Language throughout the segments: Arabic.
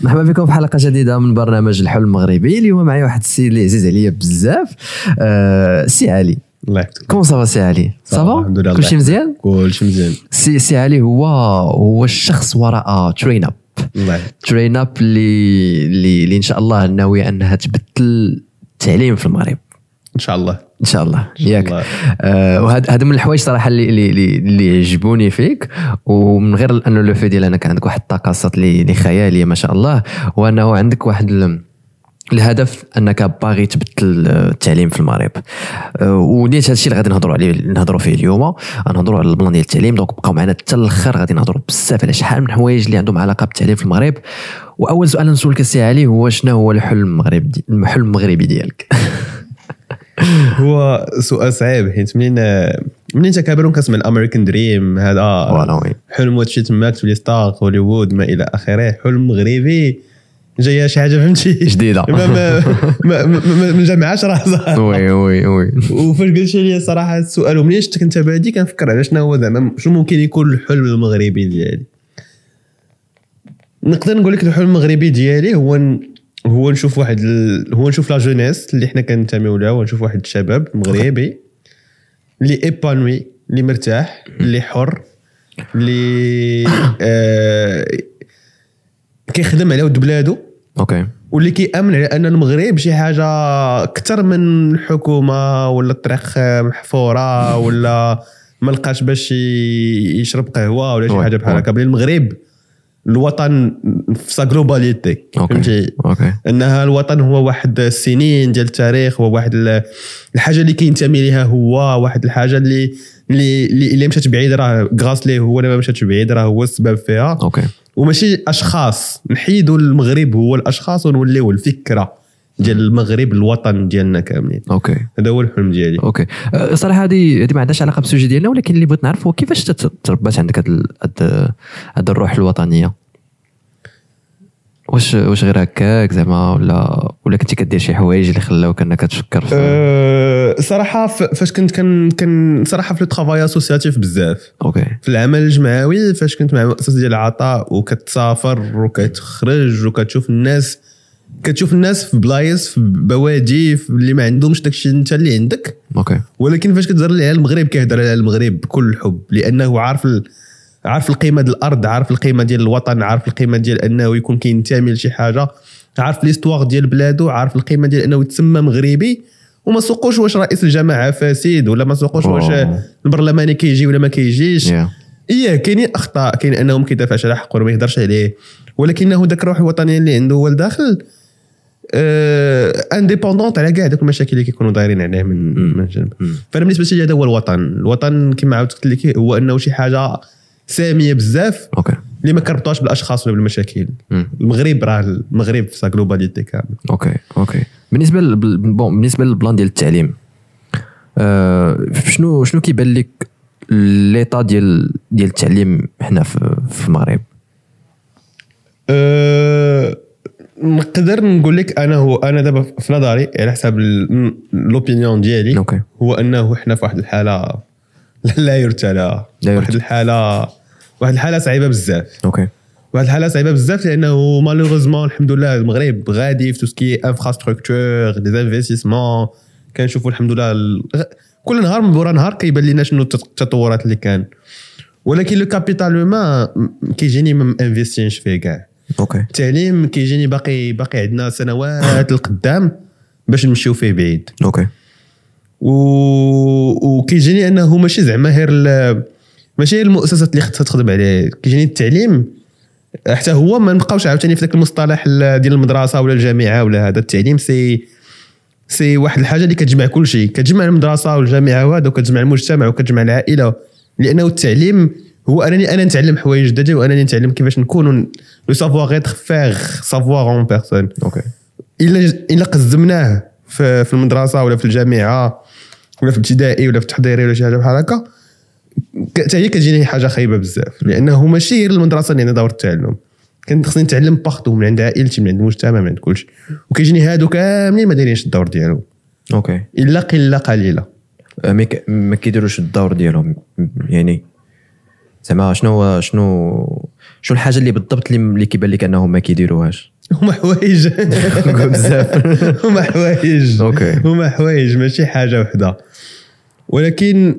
مرحبا بكم في حلقه جديده من برنامج الحلم المغربي. اليوم معي واحد السيد اللي عزيز عليا بزاف، سي علي. الله يحفظك. كون صافا سي علي؟ صافا الحمد لله. كلشي مزيان؟ كلشي مزيان. سي علي هو الشخص وراء ترين اب. الله ترين اب اللي ان شاء الله ناويه انها تبدل التعليم في المغرب ان شاء الله. ان شاء الله ياك. وهذا من الحوايج صراحه اللي عجبوني فيك، ومن غير انه لو في ديال انك عندك واحد الطاقات اللي خياليه ما شاء الله، وانه عندك واحد الهدف انك باغي تبدل التعليم في المغرب. ونيت هذا الشيء اللي غادي نهضروا فيه اليوم. غنهضروا على البلان ديال التعليم، دونك بقاو معنا حتى الاخر. غادي نهضروا بزاف على شحال من حوايج اللي عندهم علاقه بالتعليم في المغرب. واول سؤال نسولك سي علي هو شنو هو الحلم المغربي ديالك؟ هو سؤال صعيب، حيت منين تكابرون كنسمع الامريكان دريم هذا حلم واتشي تماك تولي ستار هوليوود ما الى اخره. حلم مغربي جايه شي حاجه فهمتي جديده ما جمعاش راسها. وي وفاش قلت لي صراحه السؤال ومنين شفت كنت بادي كنفكر على شنو هو زعما شنو ممكن يكون الحلم المغربي ديالي. نقدر نقول لك الحلم المغربي ديالي هو نشوف نشوف لا جونيس اللي حنا كننتميو لها، ونشوف واحد الشباب مغربي اللي ايبانوي، اللي مرتاح، اللي حر، اللي كيخدم على ود بلادو. اوكي. واللي كيامن على ان المغرب شي حاجه اكثر من الحكومه ولا الطريق محفوره ولا ما لقاش باش يشرب قهوه ولا شي حاجه بحال هكا. بلي المغرب الوطن في سا جلوباليتي، فهمتي؟ انها الوطن هو واحد السنين ديال التاريخ، هو واحد الحاجه اللي كينتمي ليها، هو واحد الحاجه اللي مشات بعيد راه غاس ليه، هو ما مشاتش بعيد راه هو السبب فيها. اوكي. وماشي اشخاص. نحيدوا المغرب هو الاشخاص ونوليو الفكره ديال المغرب الوطن ديالنا كاملين. اوكي. هذا هو الحلم ديالي. اوكي. صراحه هذه ما عندهاش علاقه بالسوجي ديالنا، ولكن اللي بغيت نعرف هو كيفاش تربات عندك هاد الروح الوطنيه. واش غير هكاك زعما ولا كنتي كدير شي حوايج اللي خلاوك انك تفكر في صراحه فاش كان صراحه في لو طرافاي اسوسياتيف بزاف. اوكي. في العمل الجمعوي فاش كنت مع مؤسسه ديال العطاء وكتسافر وكتخرج وكتشوف الناس في بلايص في بوادي اللي ما عندهمش داكشي انت اللي عندك. اوكي. ولكن فاش كتهضر على المغرب كيهضر على المغرب بكل الحب، لانه عارف القيمه ديال الارض، عارف القيمه ديال الوطن، عارف القيمه ديال انه يكون كينتمي لشي حاجه، عارف ليستوار ديال بلادو، عارف القيمه ديال انه يتسمى مغربي. وما سوقوش واش رئيس الجماعه فاسد ولا ما سوقوش واش البرلماني كيجي ولا ما كيجيش. كاينين اخطاء، كاين انه ما كيدافعش على حقه ولا ما يهضرش عليه، ولكنه داك الروح الوطنيه اللي عنده هو الداخل انديبوندونت على كاع داك المشاكل اللي كيكونوا دايرين عليه من جنب. فانا بالنسبه لي هذا هو الوطن كما عاودت قلت لك، هو انه شي حاجه ساميه بزاف. اوكي. اللي ما كربطوش بالاشخاص ولا بالمشاكل. المغرب في سا جلوباليتي كامل. اوكي. بالنسبه للبلان ديال التعليم، شنو كيبان لك ليطا ديال التعليم هنا في المغرب؟ نقدر نقول لك انا دابا في نظري على حساب لوبينيون ديالي. أوكي. هو انه حنا في واحد الحاله لا يرتلى، واحد الحاله صعيبه بزاف. اوكي. واحد الحاله صعيبه بزاف لانه مالوغوزمون الحمد لله المغرب غادي في توسكي انفراستركتور دي انفستيسمون. كنشوفوا الحمد لله كل نهار من ورا نهار كيبان لنا شنو التطورات اللي كان، ولكن لو كابيتال هومان كيجيني ما انفيستينش فيه كاع. اوكي. التعليم كيجيني باقي عندنا سنوات القدام باش نمشيو فيه بعيد. اوكي. وكيجيني انه ماشي زعما ماشي المؤسسات اللي خصها تخدم عليه، كيجيني التعليم حتى هو ما نبقاوش عاوتاني في ذاك المصطلح ديال المدرسه ولا الجامعه ولا هذا. التعليم سي واحد الحاجه اللي كتجمع كل شيء، كتجمع المدرسه والجامعه وهذا، وكتجمع المجتمع وكتجمع العائله. لانه التعليم هو انا نتعلم حوايج جديده، وانا نتعلم كيفاش نكون لو سافوار ايتر فيغ سافوار اون بيرسون. اوكي. الا قزمناه في المدرسه ولا في الجامعه ولا في الابتدائي ولا في التحضيري ولا شي حاجه بحال هكا، حتى هي كتجيني حاجه خايبه بزاف. لانه ماشي غير المدرسه اللي عندها دور التعلم، كان خصني نتعلم باختو من عند عائلتي، من عند المجتمع، من عند كلشي. وكيجيني هادو كاملين ما دايرينش الدور ديالهم. اوكي. الا قله قليله ما كيديروش الدور ديالهم. يعني زعما شنو الحاجه اللي بالضبط اللي كيبان لك انهم ما كيديروهاش؟ هما حوايج بزاف هما حوايج اوكي هما حوايج ماشي حاجه وحده. ولكن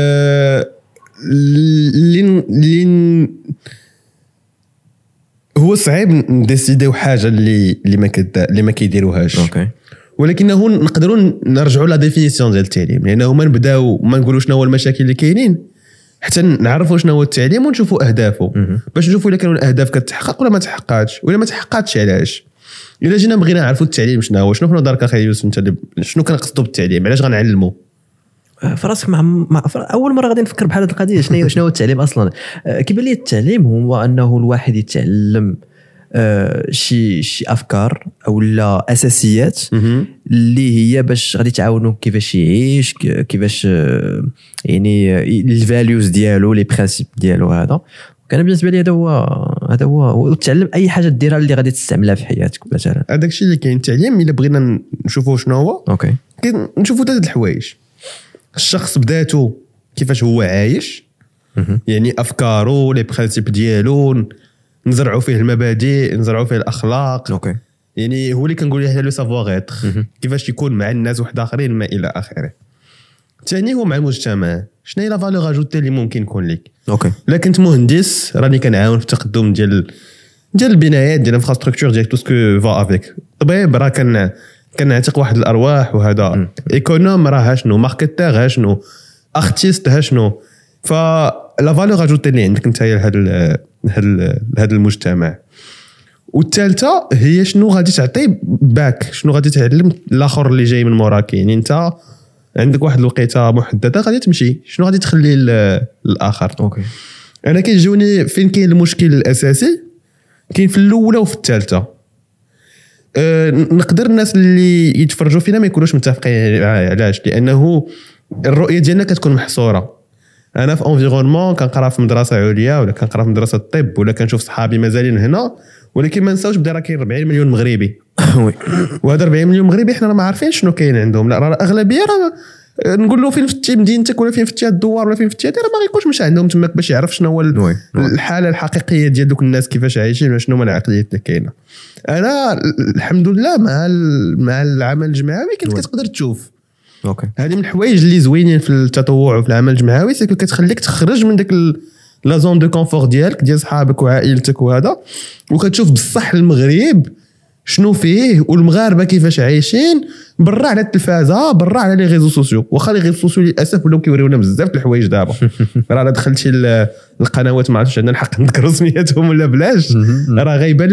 لين هو صعيب نديسيديو حاجه اللي ما كيديروهاش. اوكي ولكنه نقدروا نرجعوا لا ديفينيسيون ديال التعليم، لانه ما نبداو ما نقولوا شنو هو المشاكل اللي كاينين حتى نعرفوا شنو هو التعليم ونشوفوا اهدافه باش نشوفوا الا كانوا الاهداف كتحقق ولا ما تحققاتش، ولا ما تحققاتش علاش. الا جينا بغينا نعرفوا التعليم شنو هو، شنو في نظرك اخي يوسف انت شنو كنقصدوا بالتعليم، علاش غنعلموا فراسك اول مره غادي نفكر بحال هذه القضيه شنو هو التعليم اصلا. كيبان لي التعليم هو انه الواحد يتعلم شي افكار او لا اساسيات اللي هي باش غادي تعاونوا كيفاش يعيش، كيفاش يعني الفاليوز ديالو لي برينسيپ ديالو. هذا كان بالنسبه لي هذا هو وتعلم اي حاجه ديرها اللي غادي تستعملها في حياتك مثلا. هذاك الشيء اللي كاين. التعليم الا بغينا نشوفوا شنو هو اوكي نشوفوا ثلاث الحوايج. الشخص بذاته كيفاش هو عايش، يعني افكاره لي برينسيپ ديالو نزرعوا فيه المبادئ، نزرعوا فيه الاخلاق. اوكي يعني هو اللي كنقول له لو سافوار ايتر، كيفاش يكون مع الناس واحد اخرين ما الى اخره. ثاني هو مع المجتمع، شنو هي لا فالور اجوتي اللي ممكن يكون لك. اوكي الا كنت مهندس راني كنعاون في التقدم ديال البنايات ديال الانفراستركتور ديال تو سكو فا افيك. طبيب راه كنعتق واحد الارواح، وهذا ايكونوم راه شنو، ماركتير شنو، ارتيست شنو. فلا فالور اجوتي اللي عندك انت هي هذا المجتمع. والثالثه هي شنو غادي تعطي باك، شنو غادي تعلم الاخر اللي جاي من موراك. يعني انت عندك واحد الوقيته محدده غادي تمشي، شنو غادي تخلي للاخر. اوكي انا كيجوني فين كاين المشكل الاساسي، كاين في الاولى وفي الثالثه. نقدر الناس اللي يتفرجوا فينا ما يكونوش متفقين. علاش؟ لانه الرؤيه ديالنا كتكون محصوره. انا في انفيرونمون كنقرا في مدرسه عليا ولا كنقرا في مدرسه الطب ولا كنشوف صحابي مازالين هنا، ولكن ما نساوش بدا راه كاين 40 مليون مغربي. وهذا 40 مليون مغربي حنا ما عارفين شنو كاين عندهم. لا راه الاغلبيه راه نقول له فين فتي مدينتك ولا فين فتي الدوار ولا فين فتي راه ما غيكونش مش عندهم تماك باش يعرف شنو هو الحاله الحقيقيه ديال دوك الناس كيفاش عايشين وشنو هما العقليات اللي كاينه. انا الحمد لله مع العمل الجماعي كنت كتقدر تشوف. اوكي هذه من الحوايج اللي زوينين في التطوع وفي العمل الجماعي، سي كتخليك تخرج من داك لا زون دو كونفور ديالك ديال صحابك وعائلتك وهذا، وكتشوف بصح المغرب شنو فيه والمغاربه كيفاش عايشين برا على التلفازه، برا على لي ريزو سوسيو. واخا لي ريزو سوسيو للاسف ولاو كيوريونا بزاف د الحوايج دابا. راه دخلتي القنوات ما عرفتش عندنا الحق نذكروا سميتهم ولا بلاش، راه غيبان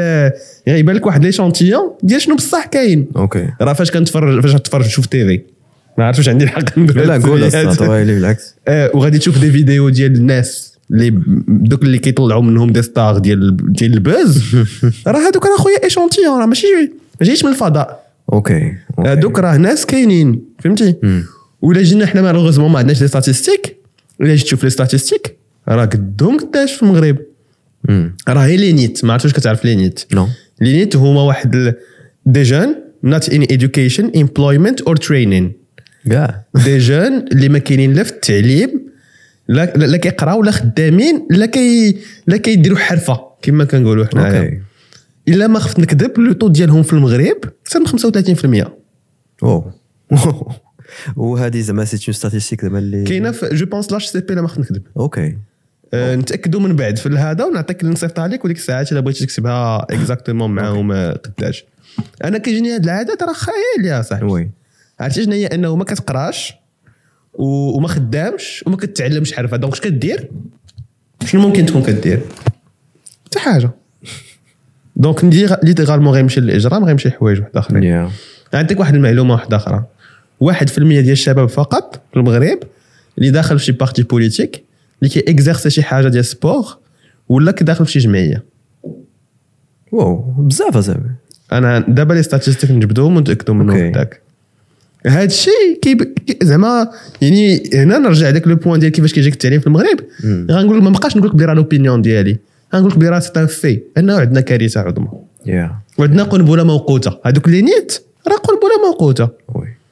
لك واحد لي شونتيون ديال شنو بصح كاين. اوكي راه فاش تتفرج تشوف تيفي ما عرفتش عندي الحق نقول. لا قول اصلا بالعكس. وغادي تشوف دي فيديو ديال الناس اللي دوك اللي كيطلعوا منهم دي ستار ديال البوز. راه هذوك راه خويا ايشونتيون، راه ماشيش من الفضاء. اوكي هذوك راه ناس كاينين فهمتي. ولا جينا حنا مالوغوزمون ما عندناش لي ستاتيستيك. الا جيت تشوف لي ستاتيستيك راه قدهم قداش في المغرب. راه هي لي نيت، ما عرفتش كتعرف لي نيت. نو لي نيت هما واحد دي جون not in education employment or training. كاع دي جون اللي ما كاينين لا في التعليم لا كيقراو لا خدامين لا كيديروا حرفه كما كنقولوا حنايا. الا ما خفت نكذب لو طو ديالهم في المغرب اكثر من 35%. اوه وهذه زعما سي اون ستاتيستيك زعما اللي كاينه جو بونس لاش سي بي لا ما خفت نكذب. اوكي نتاكدوا من بعد في هذا ونعطيك نصيفط عليك وديك الساعات الا بغيتي تكتبها اكزاكتومون معاهم قداش. انا كيجيني هاد العادات راه خيال يا صاحبي. وي عرفتي شنو هي؟ انه ما كتقراش وما خدامش وما كتعلمش حرفه. دونك اش كدير؟ شنو ممكن تكون كدير؟ حتى حاجه. دونك ليغالمون غيمشي للاجرام، غيمشي لحوايج واحد اخرين. عندك واحد المعلومه واحده اخرى، 1% ديال الشباب فقط في المغرب اللي داخل في شي بارتي بوليتيك اللي كيكزيرسي شي حاجه ديال سبور ولا كداخل في شي جمعيه. واو بزاف زعما. انا دابا لي ستاتيستيك نجبدهم ونتاكدوا منهم داك. هاد الشيء زعما يعني هنا نرجع داك لو بوين ديال كيفاش كيجيك التعليم في المغرب. غنقول لك ما بقاش نقول لك بلي راه لوبينيون ديالي، غنقول لك بلي راه سيت في انه عندنا كارثه عظمى. وعندنا قنبله موقوته. هذوك اللي نيت راه قنبله موقوته.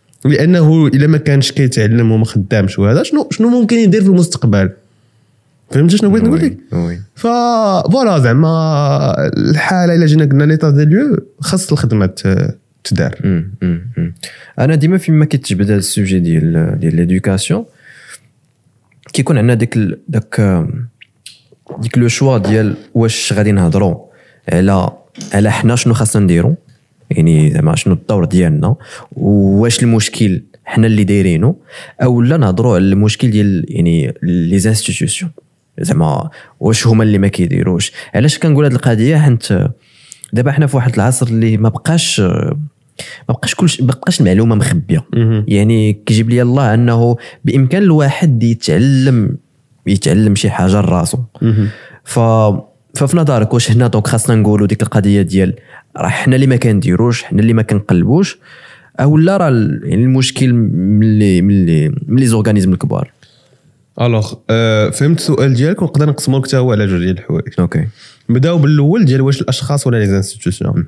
لانه الا ما كانش كيتعلم وما خدامش وهذا شنو ممكن يدير في المستقبل. فهمتي شنو بغيت نقول لك؟ فوالا زعما الحاله الا جينا قلنا ليطا دي ليو خاص الخدمه تدار. انا ديما فيما كيتجبد هذا السوجي ديال ليدوكاسيون كيكون عندنا داك لو شوا ديال واش غادي نهضروا على حنا شنو خاصنا نديرو، يعني زعما شنو الدور ديالنا واش المشكل حنا اللي دايرينه، او لا نهضروا على المشكل ديال يعني لي زانستيتيوشن زعما واش هما اللي ما كيديروش. علاش كنقول هذه القضيه؟ حيت دابا حنا في واحد العصر اللي ما بقاش كلشي، ما بقاش المعلومه مخبيه. يعني كيجيب لي الله انه بامكان الواحد يتعلم شي حاجه لراسو. ففي نظرك واش هنا دونك خاصنا نقولوا ديك القضيه ديال راه حنا اللي ما كنديروش، حنا اللي ما كنقلبوش، او لا راه يعني المشكل من لي زورغانيزم الكبار؟ الوغ فهمت السؤال ديالك، ونقدر نقسمو لك حتى هو على جوج ديال الحوايج. اوكي، نبداو بالاول ديال واش الاشخاص ولا لي زانستيتيوشن.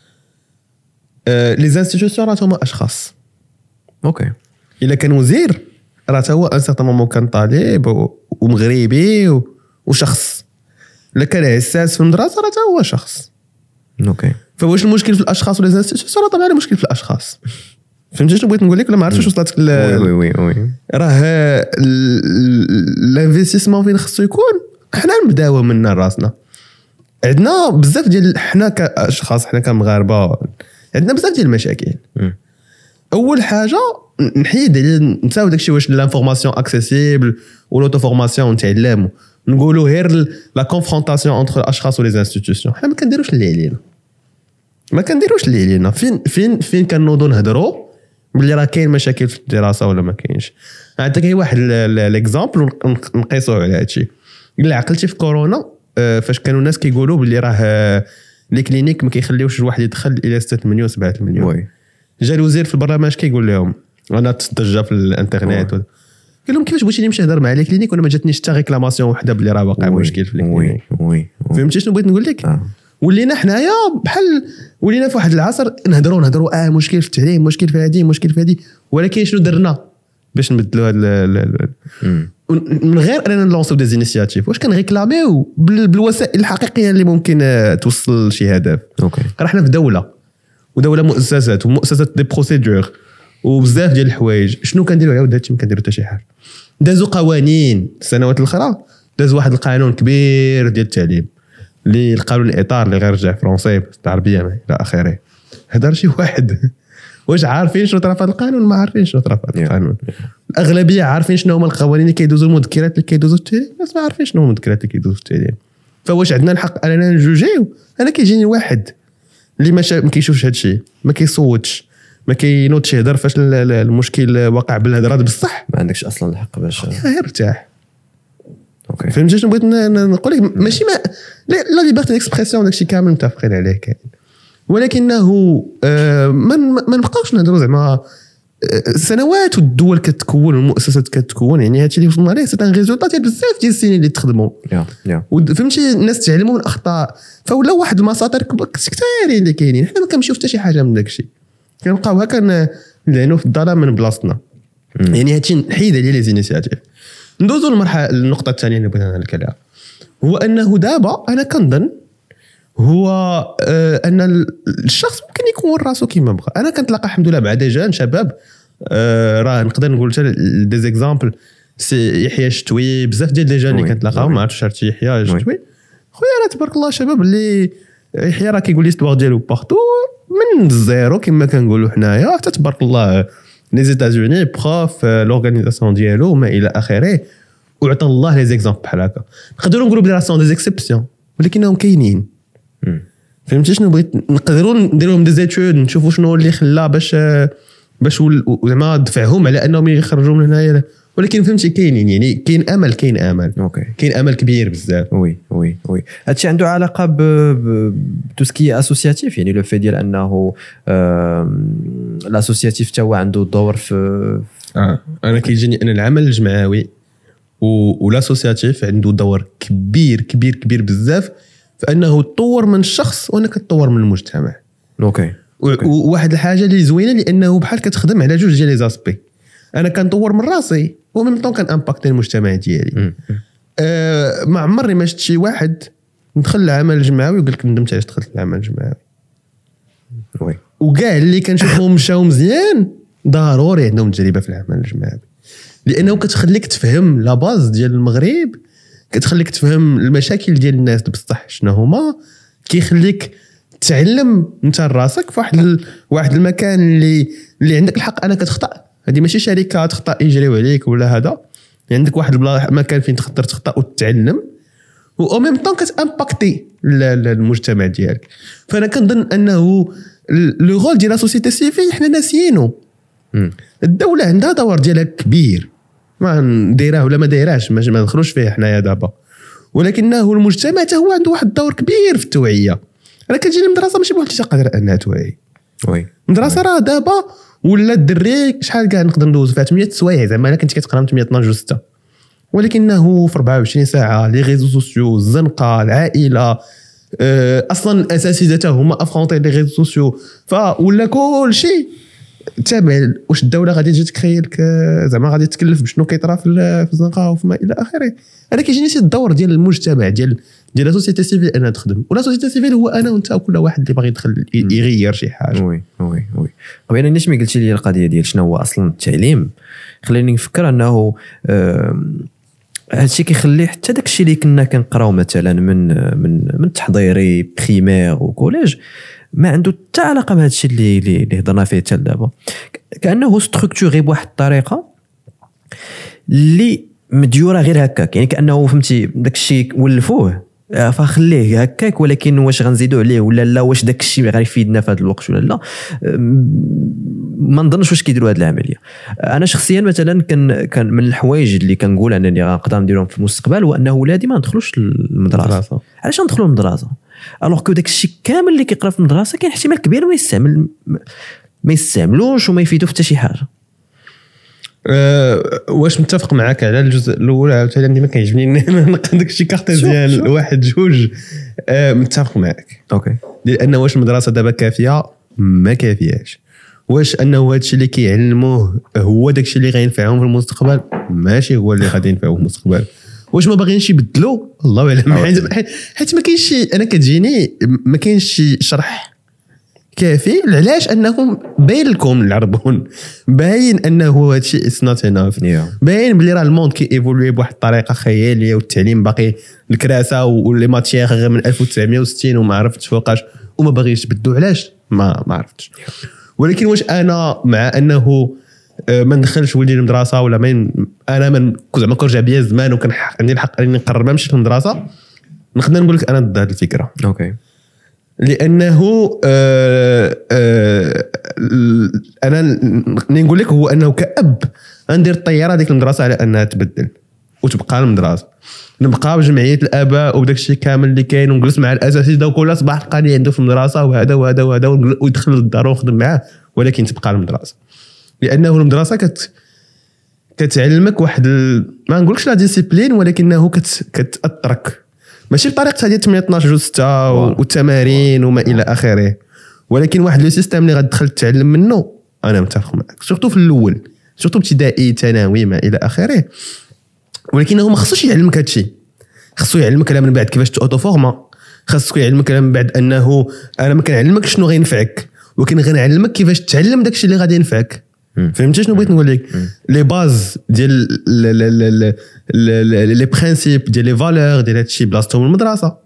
لي زانستيتيوشن راه هما اشخاص. اوكي، الا كان وزير راه هو ان سيغتان مومون كان طالب ومغربي وشخص. الا كان عساس في المدرسه راه هو شخص. اوكي، فواش المشكل في الاشخاص ولا زانستيتيوشن؟ طبعا المشكل في الاشخاص. فهمتي شنو بغيت نقول لك ولا ما عرفتش واش وصلتك؟ وي راه الانفستيسمون فين خصو يكون حنا نبداو من راسنا. عندنا بزاف ديال حنا كاشخاص، حنا كمغاربه عندنا بزاف ديال المشاكل. اول حاجه نحيد على نساو داكشي واش لانفورماسيون اكسيسيبل ولوتو فورماسيون نتعلموا، نقولوا غير لا كونفرونطاسيون انتر الاشخاص ولي انستيتيوشن. حنا ما كنديروش اللي علينا، ما كنديروش اللي علينا. فين كنوضوا نهضروا باللي راه كاين مشاكل في الدراسه ولا ما كاينش. عندك هي واحد ليكزامبل نقيسوه على هادشي. الا عقلتي في كورونا فاش كانوا الناس كيقولوا باللي راه لي كلينيك ما كيخليوش الواحد يدخل الى 6 مليون 7 مليون. جا الوزير في البرنامج كيقول لهم انا تضجه في الانترنت قال لهم كيفاش بغيتي نمشي نهضر مع لي كلينيك وانا ما جاتنيش حتى ريكلاماسيون وحده باللي راه واقع مشكل في لي كلينيك. فهمتي شنو بغيت نقول لك؟ ولينا حنايا بحال ولينا في واحد العصر نهضروا مشكل في التعليم، مشكل في هذه، مشكل في هذه، ولكن شنو درنا باش نبدلوا هذا من غير اننا نلونسو دي زينيسياتيف؟ واش كنريكلاميو بالوسائل الحقيقيه اللي ممكن توصل شي هدف؟ راه حنا في ودوله مؤسسات ومؤسسات دي بروسيدور وبزاف ديال الحوايج. شنو كنديروا؟ عاود هادشي ما كنديروا حتى شي حاجه. دازوا قوانين السنوات الاخرى، داز واحد القانون كبير ديال التعليم اللي القانون الاطار اللي غير رجع فرونسي بالعربيه الى اخره. هضر شي واحد واش عارفين شنو طرا في القانون؟ ما عارفين شنو طرا في القانون. الاغلبيه عارفين شنو هما القوانين اللي كيدوزوا، المذكرات اللي كيدوزوا التعليم، الناس ما عارفين شنو هما المذكرات اللي كيدوزوا التعليم. فواش عندنا الحق اننا نجوجيو؟ انا كيجيني واحد اللي ما كيشوفش هادشي، ما كيصوتش، ما كينوضش يهضر فاش المشكل واقع بالهضره بصح، ما عندكش اصلا الحق باش غير ارتاح. اوكي، فهمتي شنو بغيت نقول لك؟ ماشي لا ليبرتي ديكسبرسيون داكشي كامل متفقين عليه كاين، ولكنه ما نبقاوش نهضروا زعما السنوات والدول كتكون والمؤسسات كتكون. يعني هادشي اللي وصلنا ليه سي ان ريزولطا ديال بزاف ديال السنين اللي تخدموا. فهمتي الناس تعلموا من الاخطاء، فولا واحد المساطر كثيرين اللي كاينين. حنا ما كنمشيو حتى شي حاجه من داكشي، كنبقاو هكا نلعنوا في الظلام من بلاصتنا. يعني هادشي نحيد عليه لي زينيسياتيف. ندوزو للمرحله النقطه الثانيه اللي بغينا نهضر عليها، هو انه دابا انا كنظن هو ان الشخص ممكن يكون راسو كيما بغى. انا كنتلاقى الحمد لله بعد جان شباب راه نقدر نقول حتى دي زيكزامبل سي يحيى الشتوي، بزاف ديال لي جان اللي كنتلاقاهم، ما عرفتش عرفتي يحيى الشتوي خويا راه تبارك الله شباب اللي يحيى راه كيقول لي ستوار ديالو بارتو من الزيرو كما كنقولوا حنايا حتى تبارك الله لي زيتازوني بروف لورغانيزاسيون ديالو وما الى اخره، وعطى الله لي زيكزامبل بحال هكا. نقدروا نقولوا بلي راه سون دي زيكسيبسيون ولكنهم كاينين. فهمتي شنو بغيت؟ نقدروا نديروهم دي زيتود نشوفوا شنو اللي خلا باش زعما دفعهم على انهم يخرجوا من هنايا، ولكن فهمتي كاينين. يعني كاين امل اوكي، كاين امل كبير بزاف. وي هادشي عنده علاقه تو سكي اسوسياتيف، يعني لو في ديال انه الاسوسياتيف حتى هو عنده دور في انا كيجيني ان العمل الجمعوي والاسوسياتيف عنده دور كبير كبير كبير بزاف في انه تطور من الشخص وانا كتطور من المجتمع. اوكي. وواحد الحاجه اللي زوينه لانه بحال كتخدم على جوج ديال لي زاسبي. انا كنطور من راسي ومن طون كان امباكتي المجتمع ديالي. ما عمري ما شفت شي واحد دخل العمل الجماعي وقال لك ندمت علاش دخلت العمل الجماعي. وي وكاع اللي كنشوفهم مشاو مزيان ضروري عندهم تجربه في العمل الجماعي، لانه كتخليك تفهم لا باز ديال المغرب، كتخليك تفهم المشاكل ديال الناس بصح شنو هما، كيخليك تعلم انت راسك في واحد المكان اللي عندك الحق انك تخطا. هذه ماشي شركه تخطا يجريو عليك ولا هذا، يعني عندك واحد مكان فين تقدر تخطا وتتعلم و ميم طون كتامباكتي المجتمع ديالك. فانا كنظن انه لو رول ديال لا سوسيتي سيفيل حنا ناسيينو. الدوله عندها دور ديالها كبير ما دايراه ولا ما دايراش ما ندخلوش فيه حنايا دابا، ولكنه المجتمع حتى هو عنده واحد الدور كبير في التوعيه. انا كنجي للمدرسه ماشي بواحد اللي قادر انها توعي. وي المدرسه راه دابا ولا الدري شحال كاع نقدر ندوز فيها 8 سوايع زعما الا كنت كتقرا من 8 12 6، ولكنه في 24 ساعه لي ريزو سوسيو الزنقه العائله اصلا الاساتذه هما افرونتي لي ريزو سوسيو فولا كل شيء تابع. واش الدوله غادي تجي تخيلك زعما غادي تكلف بشنو كيطرا في الزنقه وفما الى اخره. انا كيجيني شي الدور ديال المجتمع ديال لا سوسيتي سيفيل انها تخدم، ولا سوسيتي سيفيل هو انا وانت وكل واحد اللي باغي يدخل يغير شي حاجه. وي وي وي قبيله نيش ما قلتي لي القضيه ديال شنو هو اصلا التعليم، خليني نفكر انه هادشي كيخلي حتى داكشي اللي كنا كنقراو مثلا من تحضيري بريمير وكوليج ما عنده حتى علاقه بهذا الشيء اللي هضرنا فيه حتى دابا، كانه ستركتوري بواحد الطريقه اللي مديوره غير هكاك، يعني كانه فهمتي داك الشيء ولفوه فخليه هكاك، ولكن واش غنزيدوا عليه ولا لا، واش داك الشيء غير يفيدنا في هذا الوقت ولا لا، ما نظنش واش كيديروا هذه العمليه. انا شخصيا مثلا كان من الحوايج اللي كنقول انني غنقدر نديرهم في المستقبل هو انه ولادي ما ندخلوش المدرسه. علاش ندخلوا المدرسه الوغ كو داك الشيء كامل اللي كيقرا في المدرسه كاين احتمال كبير ما يستعملوش وما يفيدوا في حتى شي حاجه. واش متفق معك على الجزء الاول؟ عاوتاني ما كيعجبني نقد داك الشيء كارتيزيان واحد جوج. متفق معك اوكي، لان واش المدرسه دابا كافيه؟ ما كافياش. واش انه هذا الشيء اللي كيعلموه هو داك الشيء اللي غينفعهم في المستقبل؟ ماشي هو اللي غادي ينفعهم في المستقبل. واش ما باغيينش يبدلوا؟ الله اعلم. حيت ما كاينش شي، انا كتجيني ما كاينش شي شرح كافي علاش انهم باين لكم العربون، باين انه هذا الشيء اتس نوت اناف، باين بلي راه الموند كي ايفولوي بواحد الطريقه خياليه والتعليم باقي الكراسه ولي ماتيير غير من 1960 وما عرفتش فوقاش وما باغيش يبدلوا. علاش ما عرفتش. ولكن واش انا مع انه ما ندخلش ولدي للمدرسه ولا انا من زعما كنرجع بيا الزمان وكان عندي الحق اني نقرر ما نمشي للمدرسه؟ نقدر نقول لك انا ضد هذه الفكره. اوكي، لانه انا نقول لك هو انه كأب ندير الطياره ديك المدرسه على انها تبدل وتبقى المدرسه، نبقى بجمعيه الاباء وبداك الشيء كامل اللي كاين ونجلس مع الاساتذه وكل صباح تلقاني عنده في المدرسه وهذا وهذا وهذا ويدخل للدار ونخدم معاه، ولكن تبقى المدرسه. لانه المدرسه كتعلمك واحد ما نقولكش لا ديسيبلين، ولكنه كتاثرك ماشي بطريقه هذه 8 12 جوج 6 والتمارين وما الى اخره، ولكن واحد لو سيستيم اللي غتدخل تتعلم منه. انا متفق معك سورتو في الاول، سورتو ابتدائي ثانوي ما الى اخره، ولكنه ما خصوش يعلمك هذا الشيء. خصو يعلمك من بعد كيفاش اوتو فورما، خاصك يعلمك من بعد انه انا ما كنعلمك شنو غينفعك، ولكن غنعلمك كيفاش تعلم داك الشيء اللي غادي ينفعك. فهمتي شنو بغيت نقول لك؟ لي باز ديال لي برينسيپ ديال لي فالور ديال هادشي بلاصتهم المدرسه.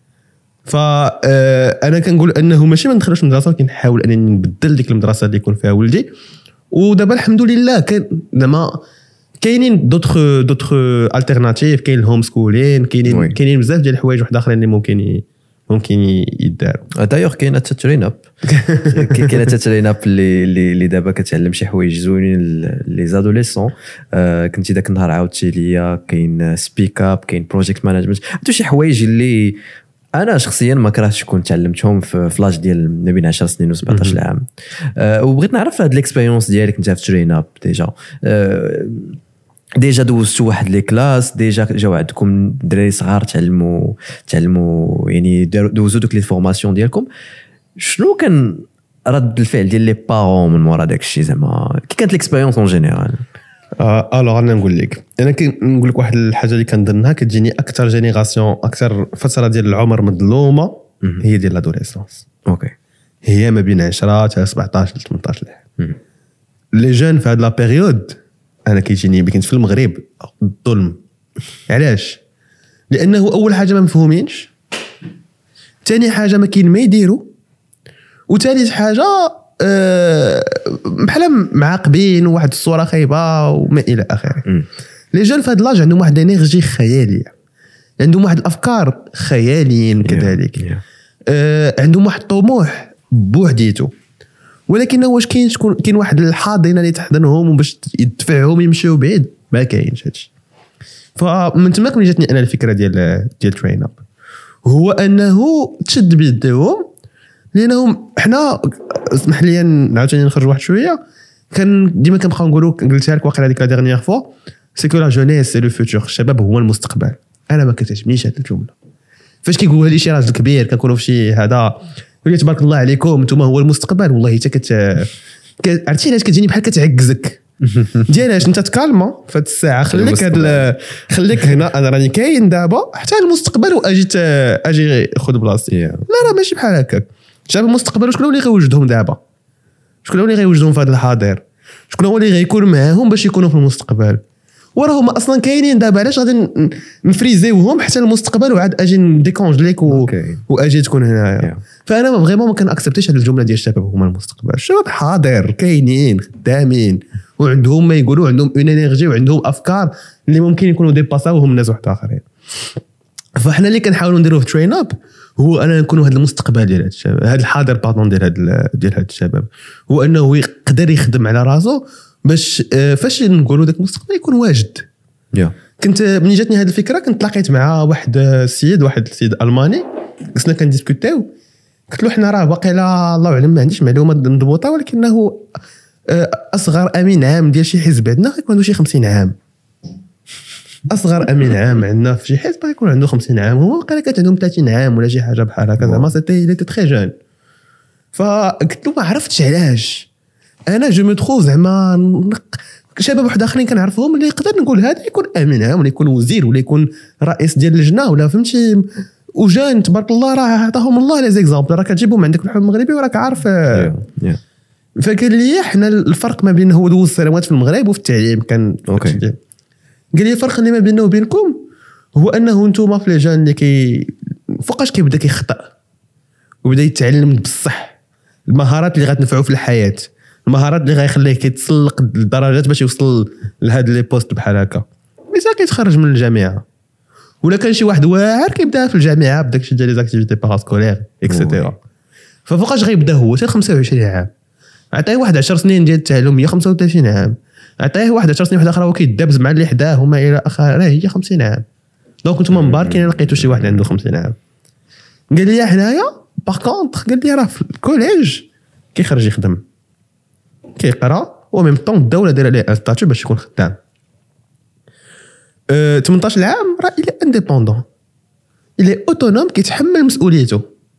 فانا كنقول انه ماشي ما ندخلوش المدرسه، ولكن نحاول انني نبدل ديك المدرسه اللي يكون فيها ولدي. ودابا الحمد لله كاين زعما كاينين دوطخ التيرناتيف، كاين الهوم سكولين، كاينين بزاف ديال الحوايج واحد اخرين اللي ممكن يداروا. دايوغ كاينه تترين اب كاينه تترين اب اللي دابا كتعلم شي حوايج زوينين لي زادوليسون. كنتي داك النهار عاودتي ليا كاين سبيك اب، كاين بروجيكت مانجمنت، هادو شي حوايج اللي انا شخصيا ما كرهتش كون تعلمتهم في لاج ديال ما بين 10 سنين و 17 عام. وبغيت نعرف هاد ليكسبيريونس ديالك انت في ترين اب. ديجا دوزتوا واحد لي كلاس، ديجا جاو عندكم دراري صغار تعلموا يعني دوزوا دوك لي فورماسيون ديالكم. شنو كان رد الفعل ديال لي بارون من مورا داك الشيء؟ زعما كي كانت ليكسبيريونس اون جينيرال؟ الوغ انا نقول لك نقول لك واحد الحاجه اللي كنظنها كتجيني اكثر جينيراسيون اكثر فتره ديال العمر مظلومه هي ديال لادوليسونس. اوكي هي ما بين 10 حتى 17 ل 18 عام. لي جون في هاد لا بيريود انا كيجيني كنت في المغرب الظلم. علاش؟ لانه اول حاجه ما مفهومينش، ثاني حاجه ما كاين ما يديروا، وثالث حاجه بحال معاقبين وواحد الصوره خايبه وما الى اخره. لي جون في هاد لاج عندهم واحد الانرجي خياليه، عندهم واحد الافكار خياليين كذلك، عندهم واحد الطموح بوحديته، ولكن واش كاين واحد الحاضنه اللي تحضنهم وباش يدفعهم يمشيو بعيد؟ ما كاينش هادشي. فمن تما كون جاتني انا الفكره ديال ترين اب، هو انه تشد بيدهم، لانهم حنا اسمح لي عاوتاني نخرج واحد شويه، كان ديما كنبقاو نقولوا قلتها لك واقيلا هذيك لا ديرنيير فوا، سي كو لا جونيس سي لو فوتور، الشباب هو المستقبل. انا ما كتعجبنيش هذه الجمله، فاش كيقولها لي شي راجل كبير كنكونوا في شي هذا يقول تبارك الله عليكم انتم هو المستقبل، والله حتى عرفتي علاش كتجيني بحال كتعكزك ديالاش انت تكالما في هذه الساعه، خليك هنا انا راني كاين دابا حتى المستقبل اجي خذ بلاصتي. لا راه ماشي بحال هكاك. شباب المستقبل شكون اللي غيوجدهم دابا؟ شكون اللي غيوجدهم في هذا الحاضر؟ شكون هو اللي غيكون معاهم باش يكونوا في المستقبل؟ وراهم اصلا كاينين دابا. علاش غادي نفريزيوهم حتى المستقبل وعاد اجي نديكونجليك واجي تكون هنايا؟ فانا فريمون ما كنأكسبتيش هذه الجمله ديال الشباب هما المستقبل. الشباب حاضر كاينين خدامين وعندهم ما يقولوا، عندهم اون انرجي وعندهم افكار اللي ممكن يكونوا ديباساوهم ناس واحد اخرين. فاحنا اللي كنحاولوا نديروه في ترين اب هو اننا نكونوا هذا المستقبل ديال هذا الشباب، هذا الحاضر باردون ديال هذا الشباب، هو انه يقدر يخدم على راسه باش فاش نقولوا ذاك المستقبل يكون واجد. كنت ملي جاتني هذه الفكره كنت تلاقيت مع واحد السيد الماني، كنا كنديسكوتيو، قلت له حنا راه باقي لا الله اعلم ما عنديش معلومات مضبوطه، ولكنه اصغر امين عام ديال شي حزب عندنا يكون عنده شي 50 عام. اصغر امين عام عندنا في شي حزب يكون عنده 50 عام، هو قال كانت عندهم 30 عام ولا شي حاجه بحال هكا، زعما سيتي تري جون. فقلت له ما عرفتش علاش انا جو مو تروف زعما شباب واحد اخرين كنعرفهم اللي يقدر نقول هذا يكون امين عام ولا يكون وزير ولا يكون رئيس ديال اللجنه ولا فهمتي، وجان تبارك الله راه عطاهم الله لي زيكزامبل، راه كتجيبهم عندك في الحكم المغربي وراك عارف. فقال لي حنا الفرق ما بين هو دوز سنوات في المغرب وفي التعليم كان قال لي الفرق اللي ما بيننا وبينكم هو انه انتم في لي جون اللي فوقاش كيبدا كيخطا وبدا يتعلم بصح المهارات اللي غتنفعو في الحياه، المهارات اللي غيخليه كيتسلق الدرجات باش يوصل لهاد لي بوست بحال هكا. ملي كيتخرج من الجامعه ولا كان شي واحد واعر كيبدا في الجامعه بداك الشيء ديال لي زاكتيفيتي باراسكولير اكسيتيرا، ففوقاش غيبدا هو حتى 25 عام. عطيه واحد 10 سنين ديال التعلم هي 35 عام، عطيه واحد 10 سنين واحد اخرى هو كيدابز مع اللي حداه وما الى اخره هي 50 عام. دونك نتوما مباركين لقيتوا شي واحد عنده 50 عام. قال لي حنايا باغ كونطخ قال لي راه في الكوليج كيخرج يخدم كيقرا وميم طون الدوله دايره ليه ستاتيو باش يكون خدام. 18 عام راه الى انديبوندون، الى اوتونوم كيتحمل مسؤوليته.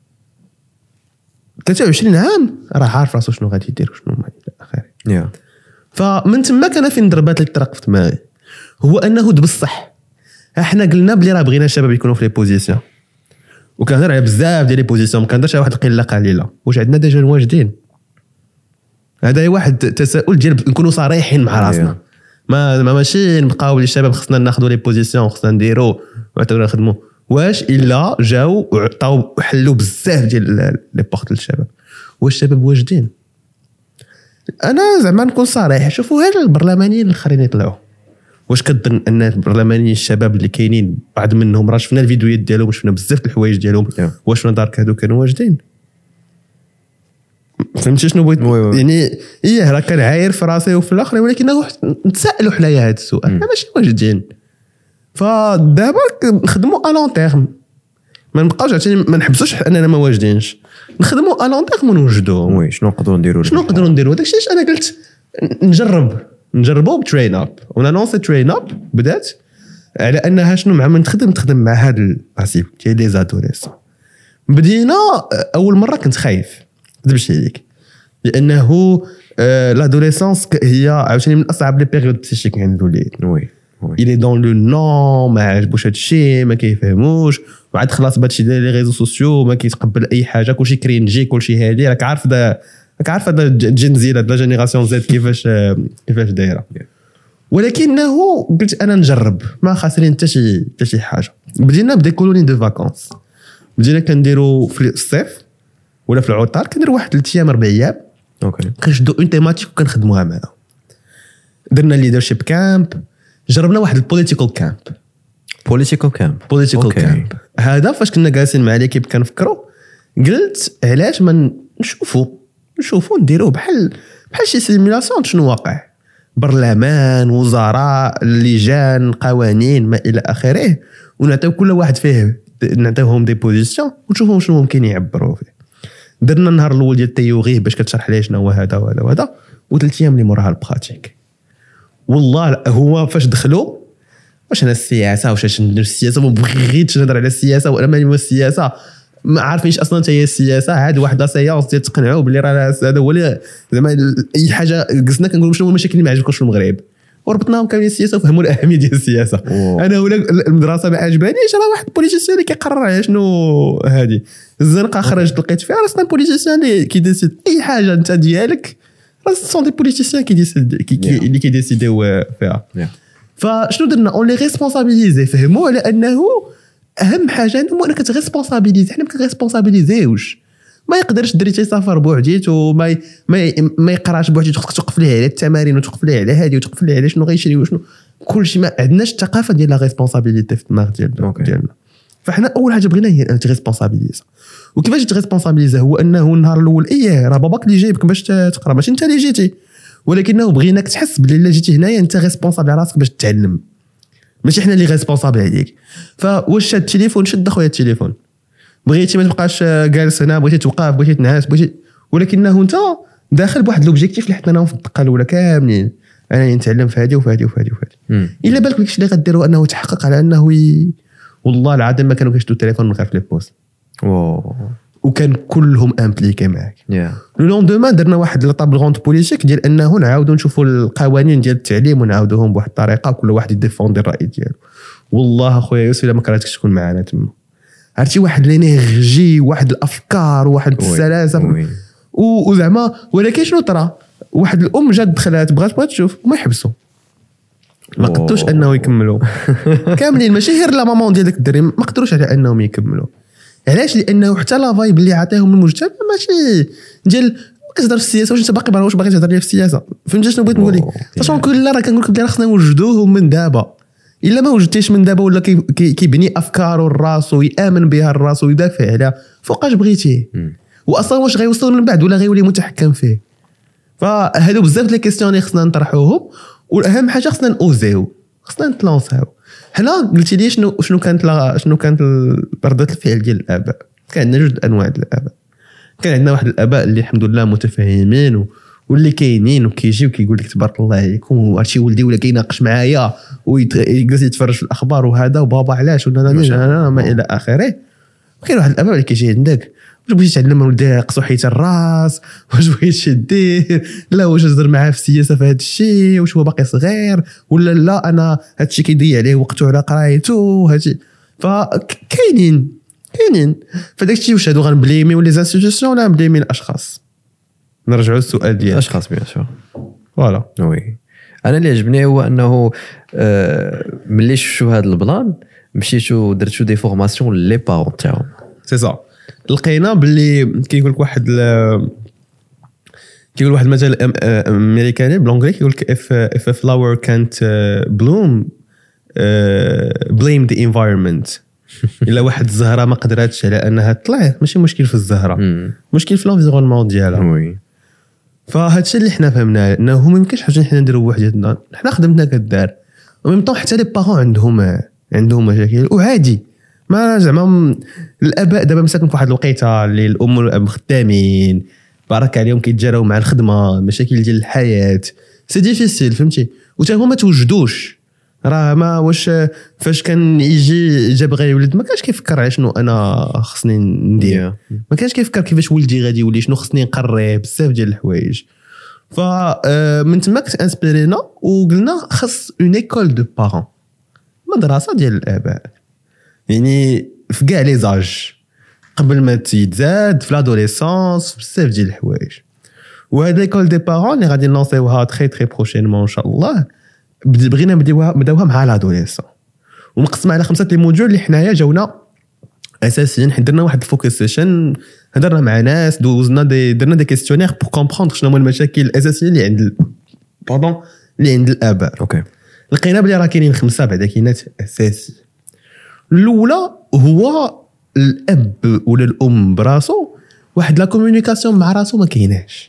23 عام راه عارف راسو شنو غادي يدير وشنو ما الى اخره. فمن تما كان فين ضربات لي الطرق في دماغي هو انه بصح احنا قلنا بلي راه بغينا الشباب يكونوا في لي بوزيسيون، وكنهضر على بزاف ديال لي بوزيسيون، ما كنهضرش على واحد القله قليله. واش عندنا ديجا واجدين؟ هذا واحد تساؤل ديال نكونوا صريحين مع راسنا. ماشي نبقاو لي الشباب خصنا ناخذوا لي بوزيسيون خصنا نديروا وعطيونا نخدموا، واش الا جاو وعطاو حلوا بزاف ديال لي بورت للشباب. واش الشباب واجدين؟ انا زعما نكون صريح، شوفوا هاد البرلمانيين الاخرين يطلعوا، واش كتظن ان البرلمانيين الشباب اللي كاينين بعض منهم راه شفنا الفيديوهات ديالهم وشفنا بزاف د الحوايج ديالهم، واش شفنا دارك هادو كانوا واجدين؟ فهمتي شنو بغيت يعني؟ ايه راه كان عاير في راسي وفي الاخر، ولكنه نتسائلوا حنايا هذا السؤال انا ماشي واجدين. فدابا نخدموا الون تيرم، ما نبقاوش عشان ما نحبسوش اننا ما واجدينش، نخدموا الون تيرم ونوجدوا. وي شنو نقدروا نديروا داكشي علاش انا قلت نجربوا بترين اب. ونانونس ترين اب بدات على انها شنو مع من تخدم مع هذا الباسيف ديال لي زادوليسون. بدينا اول مره كنت خايف، كذبش عليك، لانه لادوليسونس هي عاوتاني من اصعب لي بيريود بسيشيك عنده لي وي الي دون لو نون ما عجبوش هادشي ما كيفهموش وعاد خلاص بهادشي ديال لي ريزو سوسيو ما كيتقبل اي حاجه كلشي كرينجي كلشي هادي راك عارف هذا جين زي لا جينيراسيون زد كيفاش دايره ولكنه قلت انا نجرب ما خاسرين حتى شي حاجه بدينا بدي كولوني دو فاكونس بدينا كنديروا في الصيف ولا في العطار كنديروا واحد 3 ايام 4 ايام اوكي كنشدوا اون تيماتيك وكنخدموها معاهم درنا ليدرشيب كامب جربنا واحد البوليتيكال كامب بوليتيكال كامب هذا فاش كنا جالسين مع ليكيب كنفكروا قلت علاش ما نشوفوا نديروه بحال شي سيميلاسيون شنو واقع برلمان وزراء لجان قوانين ما الى اخره ونعطيو كل واحد فيه نعطيوهم دي بوزيسيون ونشوفوا شنو ممكن يعبروا فيه درنا النهار الاول ديال التيوغي باش كتشرح ليه شنو هو هذا وهذا و3 ايام اللي موراها البراتيك والله هو فاش دخلوا واش انا السياسه واش ندير السياسه ما بغيتش نهضر على السياسه وانا مالي السياسه ما عارفينش اصلا حتى هي السياسه عاد واحد لا سيونس ديال تقنعوا بلي راه هذا هو زعما اي حاجه جلسنا كنقولوا شنو هو المشاكل اللي ما عجبكمش في المغرب وربطناهم كاملين السياسه وفهموا الاهميه ديال السياسه انا ولا المدرسه ما عجبانيش راه واحد بوليتيسيان اللي كيقرر على شنو هذه الزنقه خرجت لقيت فيها راه بوليتيسيان اللي كيديسيد اي حاجه انت ديالك راه سون دي بوليتيسيان اللي كيديسيديو فيها فشنو درنا اون لي ريسبونسابيليزي فهموا على انه اهم حاجه هو انك تريسبونسابيليزي حنا ما كنريسبونسابيليزيوش ما يقدرش الدري تيسافر بوحديته ما يقراش بوحديته خصك توقف ليه على التمارين وتوقف ليه على هذه وتوقف ليه على شنو غيشري وشنو كلشي ما عندناش الثقافه ديال لا ريسبونسابيليتي في الدماغ ديالنا فحنا اول حاجه بغينا هي ان تريسبونسابيليزا وكيفاش تريسبونسابيليزا هو انه النهار الاول راه باباك اللي جايبك باش تقرا ماشي انت اللي جيتي ولكنه بغيناك تحس بلي الا جيتي هنايا انت ريسبونسابل على راسك باش تتعلم ماشي حنا اللي ريسبونسابل عليك فواش شاد التليفون شد اخويا التليفون بغيتي ما تبقاش جالس هنا بغيتي توقف بغيتي تنعس بغيتي ولكنه انت داخل بواحد لوبجيكتيف اللي حطينا لهم في الدقه الاولى كاملين انا نتعلم في هذه وفي هذه وفي هذه وفي هذه الا بالك داكشي اللي غديروا انه تحقق على انه والله العظيم ما كانوا كيشدوا التليفون من غير في لي بوست وكان كلهم امبليكي معك لو لوندومان درنا واحد لطابل غونت بوليتيك ديال انه نعاودوا نشوفوا القوانين ديال التعليم ونعاودوهم بواحد الطريقه كل واحد يديفوندي الراي ديالو والله اخويا يوسف الا ما كرهتكش تكون معنا تما عرفتي واحد لينيرجي واحد الافكار واحد السلاسه وزعما ولكن شنو طرا واحد الام جات دخلات بغات تشوف ما يحبسوا ما قدروش انه يكملوا كاملين ماشي غير لا مامون ديال داك الدري ما قدروش على انهم يكملوا علاش لانه حتى لا فايب اللي عطاهم المجتمع ماشي ديال كتهضر في السياسه واش انت باقي واش باغي تهضر لي في السياسه فهمتي شنو بغيت نقول لك اصلا كل راه كنقول لك بلي خصنا نوجدوهم من دابا الا ما وجدتيش من دابا ولا كيبني افكاره الراس ويامن بها الراس ويدافع عليها فوقاش بغيتيه واصلا واش غيوصل من بعد ولا غيولي متحكم فيه فهادو بزاف ديال الكيستيون اللي خصنا نطرحوهم والاهم حاجه خصنا نوزيو خصنا نتلونساو هنا قلتي لي شنو كانت ردة الفعل ديال الاباء كان عندنا جوج انواع ديال الاباء كان عندنا واحد الاباء اللي الحمد لله متفاهمين واللي كاينين وكيجي وكيقول لك تبارك الله عليكم وهادشي ولدي ولا كيناقش معايا ويجلس يتفرج في الاخبار وهذا وبابا علاش ولا ما الى اخره وكاين واحد الاباء اللي كيجي عندك واش بغيتي تعلم ولدي قصو حيت الراس واش بغيتي دير لا واش تهضر معاه في السياسه في هذا الشيء واش هو باقي صغير ولا لا انا هذا الشيء كيضيع عليه وقته على قرايته هادشي فكاينين فداك الشيء واش هادو غنبليمي ولا زانستيتيوشن ولا نبليمي الاشخاص نرجعوا للسؤال ديال الاشخاص بيان سور فوالا وي انا اللي عجبني هو انه ملي شفتوا هذا البلان مشيتوا درتوا دي فورماسيون لي بارون تاعهم سي صا لقينا باللي كيقول لك واحد مثل امريكاني بالانجلي كيقول لك if a flower can't bloom blame the environment الا واحد الزهره ما قدراتش على انها تطلع ماشي مشكل في الزهره مشكل في الانفيرونمون ديالها وي فهاد الشيء اللي حنا فهمناه انه ما يمكنش حاجه حنا نديروا بوحديتنا حنا خدمتنا كدار وميم طون حتى لي بارون عندهم مشاكل وعادي ما زعما الاباء دابا مساكن في واحد الوقيته اللي الام والاب خدامين بارك عليهم كيتجاراو مع الخدمه مشاكل ديال الحياه سي ديفيسيل فهمتي وتا هما ما توجدوش راه ما واش فاش كان يجي بغى يولد ما كانش كيفكر على شنو انا خصني ندير ما كانش كيفكر كيفاش ولدي غادي يولي شنو خصني نقري بزاف ديال الحوايج فمن تماك انسبيرينا وقلنا خص اون ايكول دو بارون مدرسه ديال الاباء يعني في كاع لي زاج قبل ما تزاد في لادوليسونس بزاف ديال الحوايج وهذا ايكول دي بارون اللي غادي نلونسيوها تري بروشينمون ان شاء الله بغينا نبداوها مع لادوليسون ومقسمه على 5 لي موديول اللي حنايا جاونا اساسيا درنا واحد الفوكس سيشن هضرنا مع ناس دوزنا درنا دي كيستيونير بور كومبروندر شنو هما المشاكل الاساسيه اللي عند اللي عند الاباء اوكي لقينا بلي راه كاينين 5 بعدا كاينات اساسي الاولى هو الاب ولا الام براسو واحد لا كومونيكاسيون مع راسو ما كايناش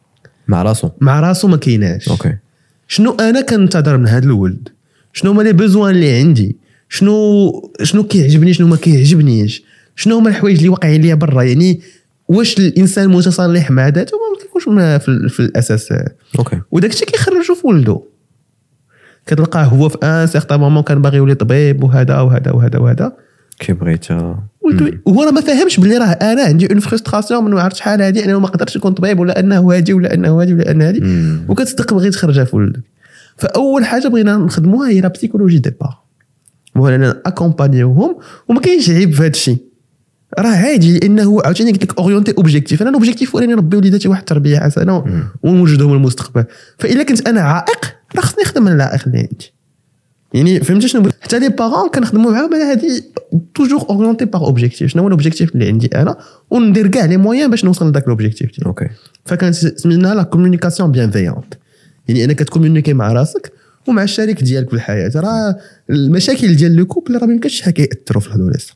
مع راسو ما كايناش اوكي شنو انا كنتظر من هذا الولد شنو هما لي بوزوان اللي عندي شنو كيعجبني شنو ما كيعجبنيش شنو هما الحوايج اللي واقعين ليا برا يعني واش الانسان متصالح مع ذاته ما كيكونش في الاساس اوكي وداك الشيء كيخرجوا في ولده كتلقاه هو في ان سيغتان مومون كان باغي يولي طبيب وهذا كيبغيت وهو راه ما فاهمش بلي راه انا عندي اون فرستراسيون من ما عرفت شحال هذه انا ما قدرتش نكون طبيب ولا انه هادي ولا انه هادي ولا انه هادي وكتصدق بغيت تخرجها في ولدك فاول حاجه بغينا نخدموها هي لا بسيكولوجي دي با ولا اكومبانيوهم وما كاينش عيب في هذا الشيء راه عادي لانه عاوتاني قلت لك اورينتي اوبجيكتيف انا الاوبجيكتيف هو انني نربي وليداتي واحد التربيه حسنه ونوجدهم المستقبل فاذا كنت انا عائق راه خصني نخدم العائق اللي عندي يعني فهمتي شنو حتى لي بارون كنخدموا معاهم على هذه توجور اورينتي باغ اوبجيكتيف شنو هو الاوبجيكتيف اللي عندي انا وندير كاع لي مويان باش نوصل لذاك الاوبجيكتيف ديالي اوكي فكانت سميناها لا كومونيكاسيون بيانفيونت يعني انا كتكومونيكي مع راسك ومع الشريك ديالك في الحياه راه المشاكل ديال لو كوبل راه ما يمكنش كيأثروا في الادوليسون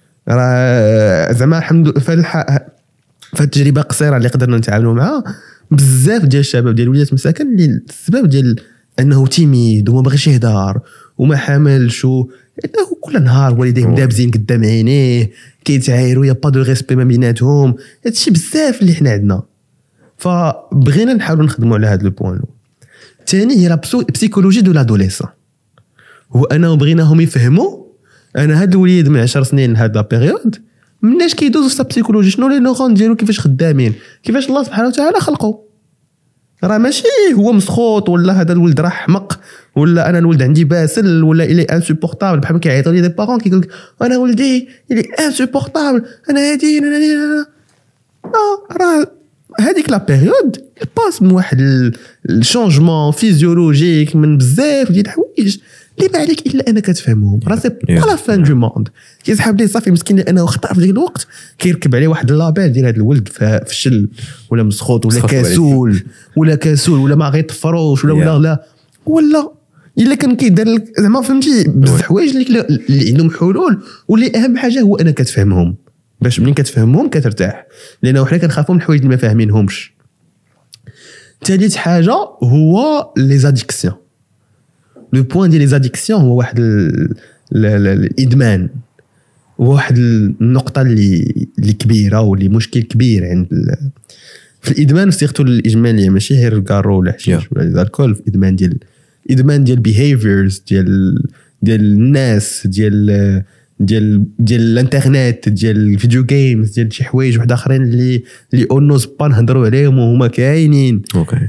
راه زعما الحمد في التجربه قصيره اللي قدرنا نتعاملوا معها بزاف ديال الشباب ديال وليدات مساكن اللي السبب ديال انه تيميد وما بغيش يهضر وما حاملش انه كل نهار والديه دابزين قدام عينيه كيتعايروا يا با دو ريسبي ما بيناتهم هادشي بزاف اللي حنا عندنا فبغينا نحاولوا نخدموا على هذا لو بوين ثاني هي لا بسيكولوجي دو لادوليسون هو انا بغيناهم يفهموا انا هاد الوليد من 10 سنين لهاد لا بيريود مناش كيدوزو في بسيكولوجي شنو لي نورون ديالو كيفاش خدامين كيفاش الله سبحانه وتعالى خلقو راه ماشي هو مسخوط ولا هذا الولد راه حمق ولا انا الولد عندي باسل ولا الي انسوبورطابل بحال ما كيعيطوا لي دي بارون كيقول لك انا ولدي الي انسوبورطابل انا هادي راه هذيك لا بيريود باس من واحد الشونجمون فيزيولوجيك من بزاف ديال الحوايج اللي ما عليك الا انا كتفهمهم راه سي با لا فان دو موند كيسحب ليه صافي مسكين لانه خطا في ذاك الوقت كيركب عليه واحد اللابيل ديال هذا الولد فشل ولا مسخوط ولا كسول ولا ما غيطفروش ولا الا كان كيدير زعما فهمتي بزاف حوايج اللي عندهم حلول واللي اهم حاجه هو انا كتفهمهم باش منين كتفهمهم كترتاح لانه حنا كنخافوا من الحوايج اللي ما فاهمينهمش ثالث حاجه هو لي زاديكسيون لو بوين ديال لي زاديكسيون هو واحد الادمان واحد النقطه اللي كبيره واللي مشكل كبير عند في الادمان سيرتو الاجمالي ماشي غير الكارو ولا حشيش ولا الكول ادمان ديال بيهيفيرز ديال الناس ديال الانترنت ديال الفيديو جيمز ديال شي حوايج واحد اخرين اللي اونوز با نهضروا عليهم وهما كاينين اوكي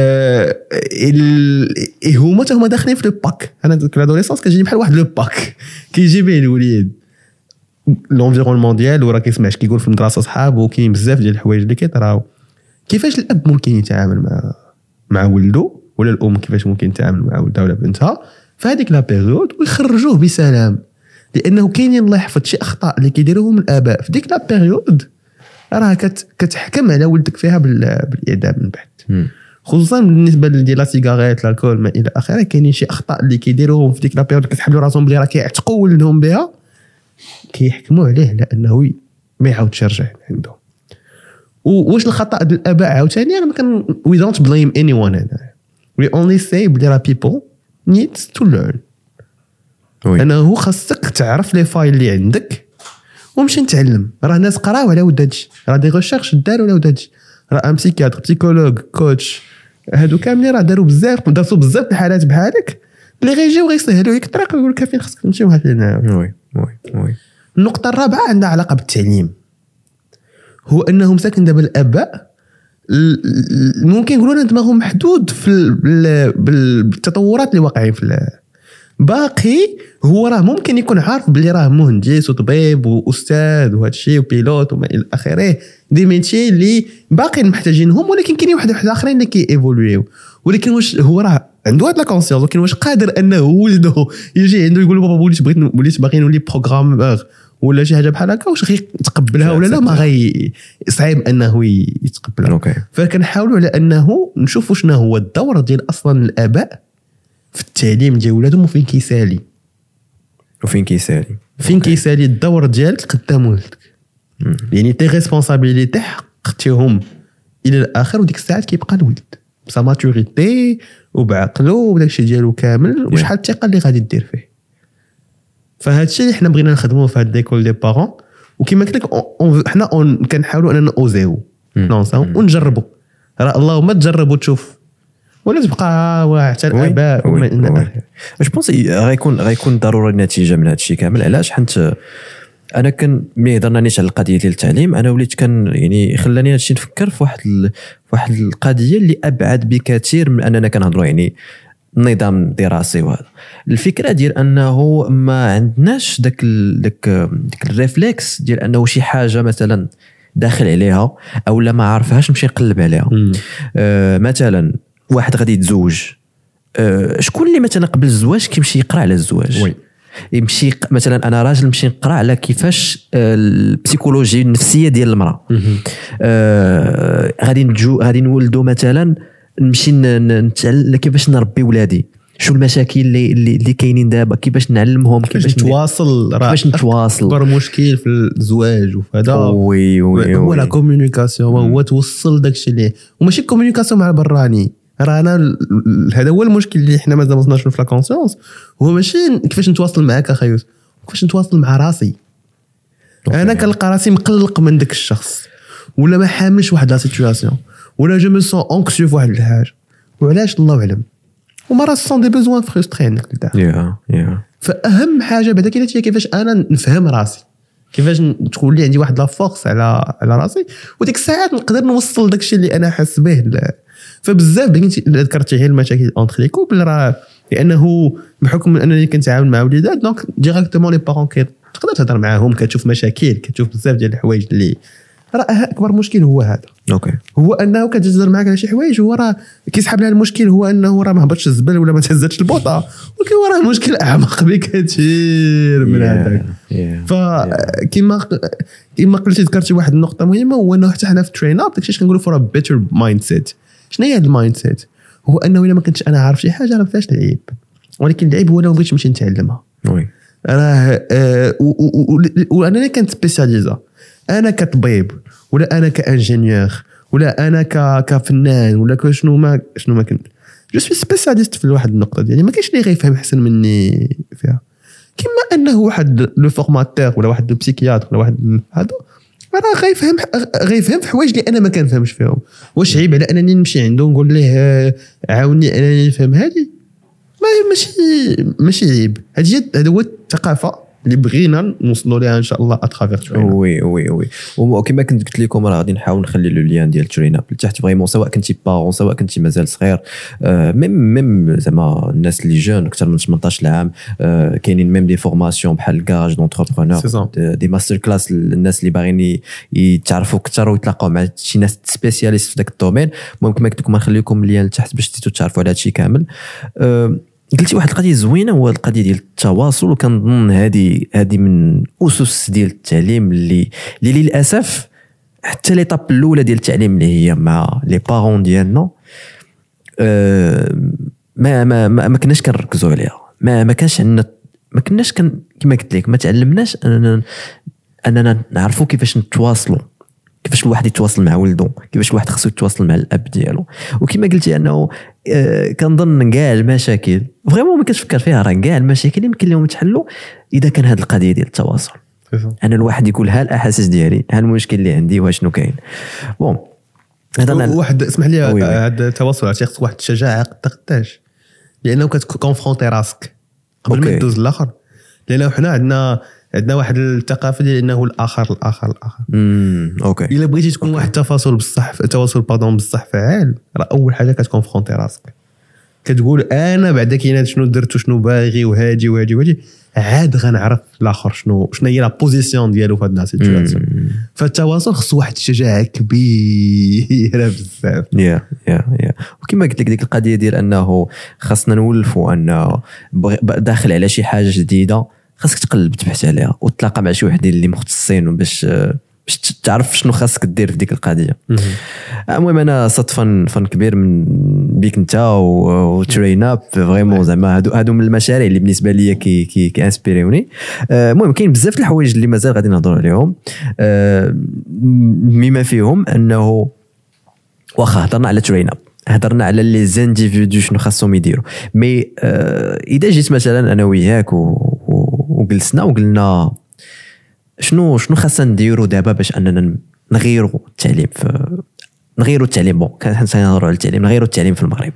هما حتى هما داخلين في لو باك انا ديك لادوليسونس كتجيني بحال واحد لو باك كيجي به الوليد لونفيرونمون ديالو راه كيسمعش كيقول في المدرسه صحابو كاين بزاف ديال الحوايج اللي كيطراو كيفاش الاب ممكن يتعامل مع ولده ولا الام كيفاش ممكن تتعامل مع ولدها ولا بنتها في هذيك لا بيريود ويخرجوه بسلام لانه كاينين الله يحفظ شي اخطاء اللي كيديروهم الاباء في ديك لا بيريود راه كتحكم على ولدك فيها بالاعدام من بعد خصوصا بالنسبه ديال لا سيجاريت الكول ما الى اخره كاينين شي اخطاء اللي كيديروهم في ديك لا بيريود كتحملوا راسهم بلي راه كيعتقوا ولدهم بها كيحكموا عليه لانه ما يعاودش يرجع عندهم واش الخطا ديال الاباء عاوتاني انا ما كان وي دونت بليم اني وان هنا وي اونلي سي بلي راه بيبل نيدز تو ليرن انه خاصك تعرف لي فايل اللي عندك ومشي نتعلم راه ناس قراو على ود هادشي راه دي ريشيرش داروا على ود هادشي راه ام بسيكياتر بسيكولوج كوتش هادو كاملين راه درسوا بزاف الحالات بحالك اللي غيجيو غيسهلوا لك الطريق ويقول لك فين خصك تمشي وهاد هنا. وي. النقطه الرابعه عندها علاقه بالتعليم، هو انهم ساكن دابا الاباء ممكن نقولوا ان دماغهم محدود في بالتطورات اللي واقعين في باقي. هو راه ممكن يكون عارف بلي راه مهندس وطبيب واستاذ وهذا الشيء وبيلوت وما الى اخره، دي ميتي اللي باقي محتاجينهم، ولكن كاينين واحد اخرين اللي كييفولويو. ولكن واش هو راه عنده هاد لا كونسيونس، ولكن واش قادر انه ولده يجي عنده يقول له بابا وليت باغي نولي بروغرامور ولا شي حاجه بحال هكا، واش غيتقبلها ولا لا؟ ما صعيب انه يتقبلها. فكنحاولوا على انه نشوفوا شنو هو الدور ديال اصلا الاباء في التعليم ديال ولادهم، وفين كيسالي فين كيسالي الدور ديالك قدام ولدك. يعني تي ريسبونسابيلتي حقتيهم الى الاخر، وديك الساعه كيبقى الولد بسا ماتوريتي وبعقله وداك الشيء ديالو كامل، وشحال الثقه اللي غادي دير فيه. فهذا الشيء اللي حنا بغينا نخدموه في هاد ليكول دي بارون، وكما قلت لك حنا كنحاولوا اننا نوزيو نونسا ونجربوا. راه اللهم تجرب وتشوف، ولا تبقى حتى الاباء وما الى اخره. واش بونسي غيكون ضروري النتيجه من هذا الشيء كامل؟ علاش؟ حيت انا ملي هضرنا نيت على القضيه ديال التعليم، انا وليت يعني خلاني هادشي نفكر في واحد القضيه اللي ابعد بكثير من اننا كنهضروا يعني النظام الدراسي. وهذا الفكره ديال انه ما عندناش داك الريفلكس ديال انه شي حاجه مثلا داخل عليها او لا ما عارفهاش نمشي نقلب عليها. مثلا واحد غادي يتزوج، شكون اللي مثلا قبل الزواج كيمشي يقرا على الزواج؟ يمشي مثلا انا راجل نمشي نقرا على كيفاش البسيكولوجي النفسيه ديال المراه. غادي نولدوا مثلا، نمشي نتعلم كيفاش نربي ولادي، شو المشاكل اللي كاينين دابا، كيفاش نعلمهم، كيفاش نتواصل. اكبر مشكل في الزواج وفي هذا هو لا كومونيكاسيون، هو توصل داكشي اللي وماشي كومونيكاسيون مع البراني. راه انا هذا هو المشكل اللي حنا مازال ما وصلناش له في لا كونسيونس، هو ماشي كيفاش نتواصل معاك اخيوس، كيفاش نتواصل مع راسي. انا كنلقى راسي مقلق من داك الشخص، ولا ما حاملش واحد لا سيتوياسيون، ولا جو مي سون اونكسيو في واحد الحاجه، وعلاش الله اعلم. وما راه سون دي بيزوان فريستري انك ترتاح. فاهم حاجه بعدا هي كيفاش انا نفهم راسي، كيفاش تقول لي عندي واحد لا فورس على راسي، وديك الساعات نقدر نوصل داكشي اللي انا حاس به. فبزاف ذكرتي هي المشاكل اونتر لي كوبل، راه لانه بحكم انني كنتعامل مع وليدات، دونك ديريكتومون لي بارون تقدر تهضر معاهم، كتشوف مشاكل، كتشوف بزاف ديال الحوايج اللي راه اكبر مشكل هو هذا. هو انه كتهضر معاك على شي حوايج، هو راه كيسحب لها المشكل، هو انه راه ما هبطش الزبل ولا ما تهزتش البوطه، ولكن هو راه المشكل اعمق بكثير من هذاك. فكما قلتي ذكرتي واحد النقطه مهمه، هو انه حتى حنا في ترين اب داكشي كنقولوا فور ا بيتر مايند سيت. شنو هي هذا المايند سيت؟ هو انه الا ما كنتش انا عارف شي حاجه راه ما فيهاش العيب، ولكن العيب هو انا ما بغيتش نمشي نتعلمها. راه وانا كنت سبيسياليزا، انا كطبيب ولا انا كانجينيور ولا انا كفنان ولا شنو ما كنت جو سوي سبيسياليست في واحد النقطه ديالي، ما كاينش اللي غيفهم احسن مني فيها. كما انه واحد لو فورماتور ولا واحد لو بسيكياتر ولا واحد هذا راه غيفهم في حوايج اللي انا ما كنفهمش فيهم. واش عيب على انني نمشي عنده ونقول ليه عاوني انني نفهم هذه؟ ماشي عيب. هذا هو الثقافه اللي بغينا نوصلوا لها ان شاء الله اترافير ترينا. وي وكما كنت قلت لكم راه غادي نحاول نخلي لو ليان ديال ترينا لتحت فريمون، سواء كنتي بارون سواء كنتي مازال صغير، ميم زعما الناس اللي جون اكثر من 18 عام، كاينين ميم دي فورماسيون بحال كاراج دونتربرونور، دي ماستر كلاس للناس اللي باغيين يتعرفوا اكثر ويتلاقاو مع شي ناس سبيسياليست في ذاك الدومين. المهم كما قلت لكم نخلي لكم الليان لتحت باش تعرفوا على هذا الشيء كامل. قلتي واحد القضيه زوينه، هو القضيه ديال التواصل، وكنظن هذه من اسس ديال التعليم اللي للاسف حتى ليطاب الاولى ديال التعليم اللي هي مع لي بارون ديالنا ما كناش كنركزوا عليها. ما كانش عندنا، ما كناش كما قلت لك ما تعلمناش اننا نعرفوا كيفاش نتواصلوا، كيفاش الواحد يتواصل مع ولده، كيفاش الواحد خصو يتواصل مع الاب ديالو. وكما قلتي انه كنظن كاع المشاكل فريمون ما كتفكر فيها، راه كاع المشاكل يمكن لهم يتحلوا اذا كان هذه القضيه ديال التواصل. انا الواحد يقول ها الاحاسيس ديالي، ها المشكل اللي عندي، واشنو كاين. هذا واحد اسمح لي، هذا التواصل عرفتي خص واحد الشجاعه قداش لانه كتكونفرونتي راسك قبل ما تدوز الاخر. لانه حنا عندنا واحد الثقافه ديال انه الاخر. اوكي. الا بغيتي تكون واحد التواصل بصح فعال، راه اول حاجه كتكونفرونتي راسك، كتقول انا بعدا كاين شنو درت وشنو باغي وهادي عاد غنعرف الاخر شنو هي لا بوزيسيون ديالو في هاد السيتواسيون. فالتواصل خصو واحد الشجاعه كبيره بزاف. يا وكما قلت لك ديك القضيه ديال انه خاصنا نولفوا انه داخل على شي حاجه جديده خاصك تقلب تبحث عليها وتلاقى مع شي وحدين اللي مختصين باش تعرف شنو خاصك دير في ديك القضيه. المهم انا صدت فن كبير من بيك انت وترين اب فريمون زعما هادو من المشاريع اللي بالنسبه لي كي انسبيريوني. المهم كاين بزاف الحوايج اللي مازال غادي نهضروا عليهم، مما فيهم انه واخا هضرنا على ترين اب، هضرنا على لي زانديفيدو شنو خاصهم يديروا، مي اذا جيت مثلا انا وياك وجلسنا وقلنا شنو خاصنا نديروا دابا باش اننا نغيروا التعليم بون كنهضروا على التعليم، نغيروا التعليم في المغرب،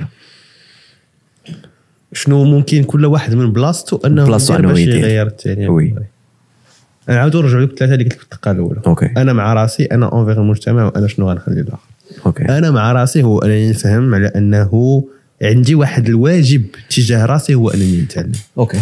شنو ممكن كل واحد من بلاصتو انه باش يغير التعليم. وي انا عاود نرجع لك الثلاثه اللي قلت لك في الدقه الاولى. انا مع راسي انا اونفير المجتمع وانا شنو غنخلي الاخر. انا مع راسي هو انني نفهم على انه عندي واحد الواجب تجاه راسي هو انني نتعلم.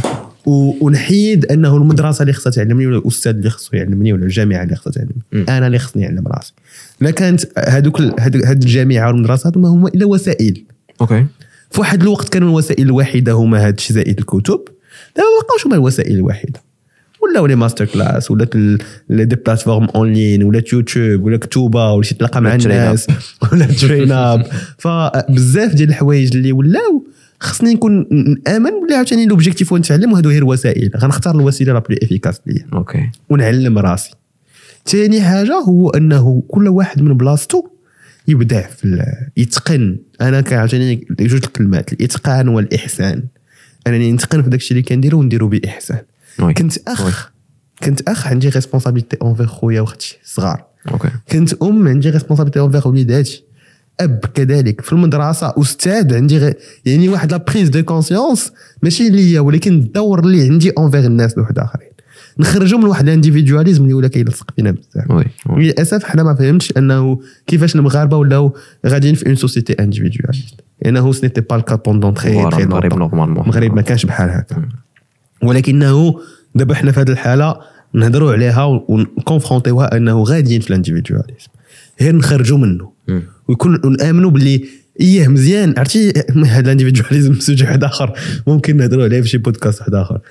ونحيد انه المدرسه اللي خصها تعلمني ولا الاستاذ اللي خصو يعلمني ولا الجامعه اللي خصها تعلمني. انا اللي خصني نعلم راسي. لا كانت هاد الجامعه والمدرسه هما الا وسائل. في واحد الوقت كانوا الوسائل الوحيده هما هاد الشيء زائد الكتب، دابا ما بقاوش هما الوسائل الوحيده، ولا لي ماستر كلاس ولا لي دي بلاتفورم اون لين ولا يوتيوب ولا كتوبه ولا شي تلاقى مع الناس ولا ترين اب. فبزاف ديال الحوايج اللي ولاو خصني نكون نامن ولا عاوتاني لوبجيكتيف ونتعلم، وهادو هي الوسائل. غنختار الوسيله لا بلي افيكاس ليا ونعلم راسي. ثاني حاجه هو انه كل واحد من بلاصتو يبدع في يتقن. انا كعاوتاني جوج الكلمات، الاتقان والاحسان. انني نتقن في داكشي اللي كنديرو ونديرو باحسان. كنت اخ عندي ريسبونسابيلتي اونفير خويا واختي صغار. كنت عندي ريسبونسابيلتي اونفير وليداتي. اب كذلك. في المدرسه استاذ عندي يعني واحد لا بريز دو كونسيونس ماشي ليا ولكن الدور اللي عندي اونفير الناس واحد اخرين. نخرجوا من واحد الانديفيدواليزم اللي ولا كيلصق فينا بزاف. للاسف حنا ما فهمتش انه كيفاش المغاربه ولاو غاديين في اون سوسيتي انديفيدواليست، لانه سنيتي با الكا بوندون تري المغرب ما كانش بحال هكا. ولكنه دابا حنا في هذه الحاله نهضروا عليها ونكونفرونتيوها انه غاديين في الانديفيدواليزم، غير نخرجوا منه ويكون نامنوا باللي ايه مزيان. عرفتي هذا الانديفيدواليزم سوجي واحد اخر ممكن نهضروا عليه في شي بودكاست واحد اخر.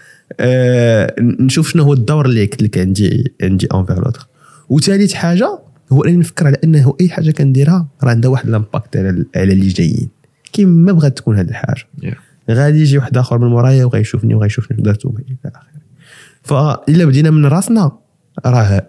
نشوف شنو هو الدور اللي قلت لك عندي انفير لوتر. وثالث حاجه هو انني نفكر على انه اي حاجه كنديرها راه عندها واحد الامباكت على اللي جايين. كيما بغات تكون هذه الحاجه غادي يجي واحد اخر من ورايا وغيشوفني درتو الى اخره. فالا بدينا من راسنا راه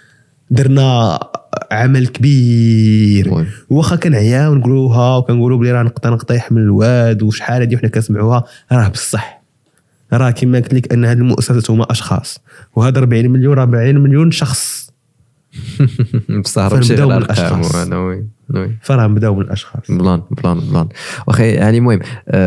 درنا عمل كبير. واخا كنعيا ونقولوها وكنقولوا بلي راه نقطه يحمل الواد وشحال هادي وحنا كنسمعوها، راه بصح راه كما قلت لك ان هذه المؤسسات هما اشخاص، وهذا 40 مليون شخص. بصح راه ماشي غير الارقام. فراه نبداو من الاشخاص. بلان واخا يعني المهم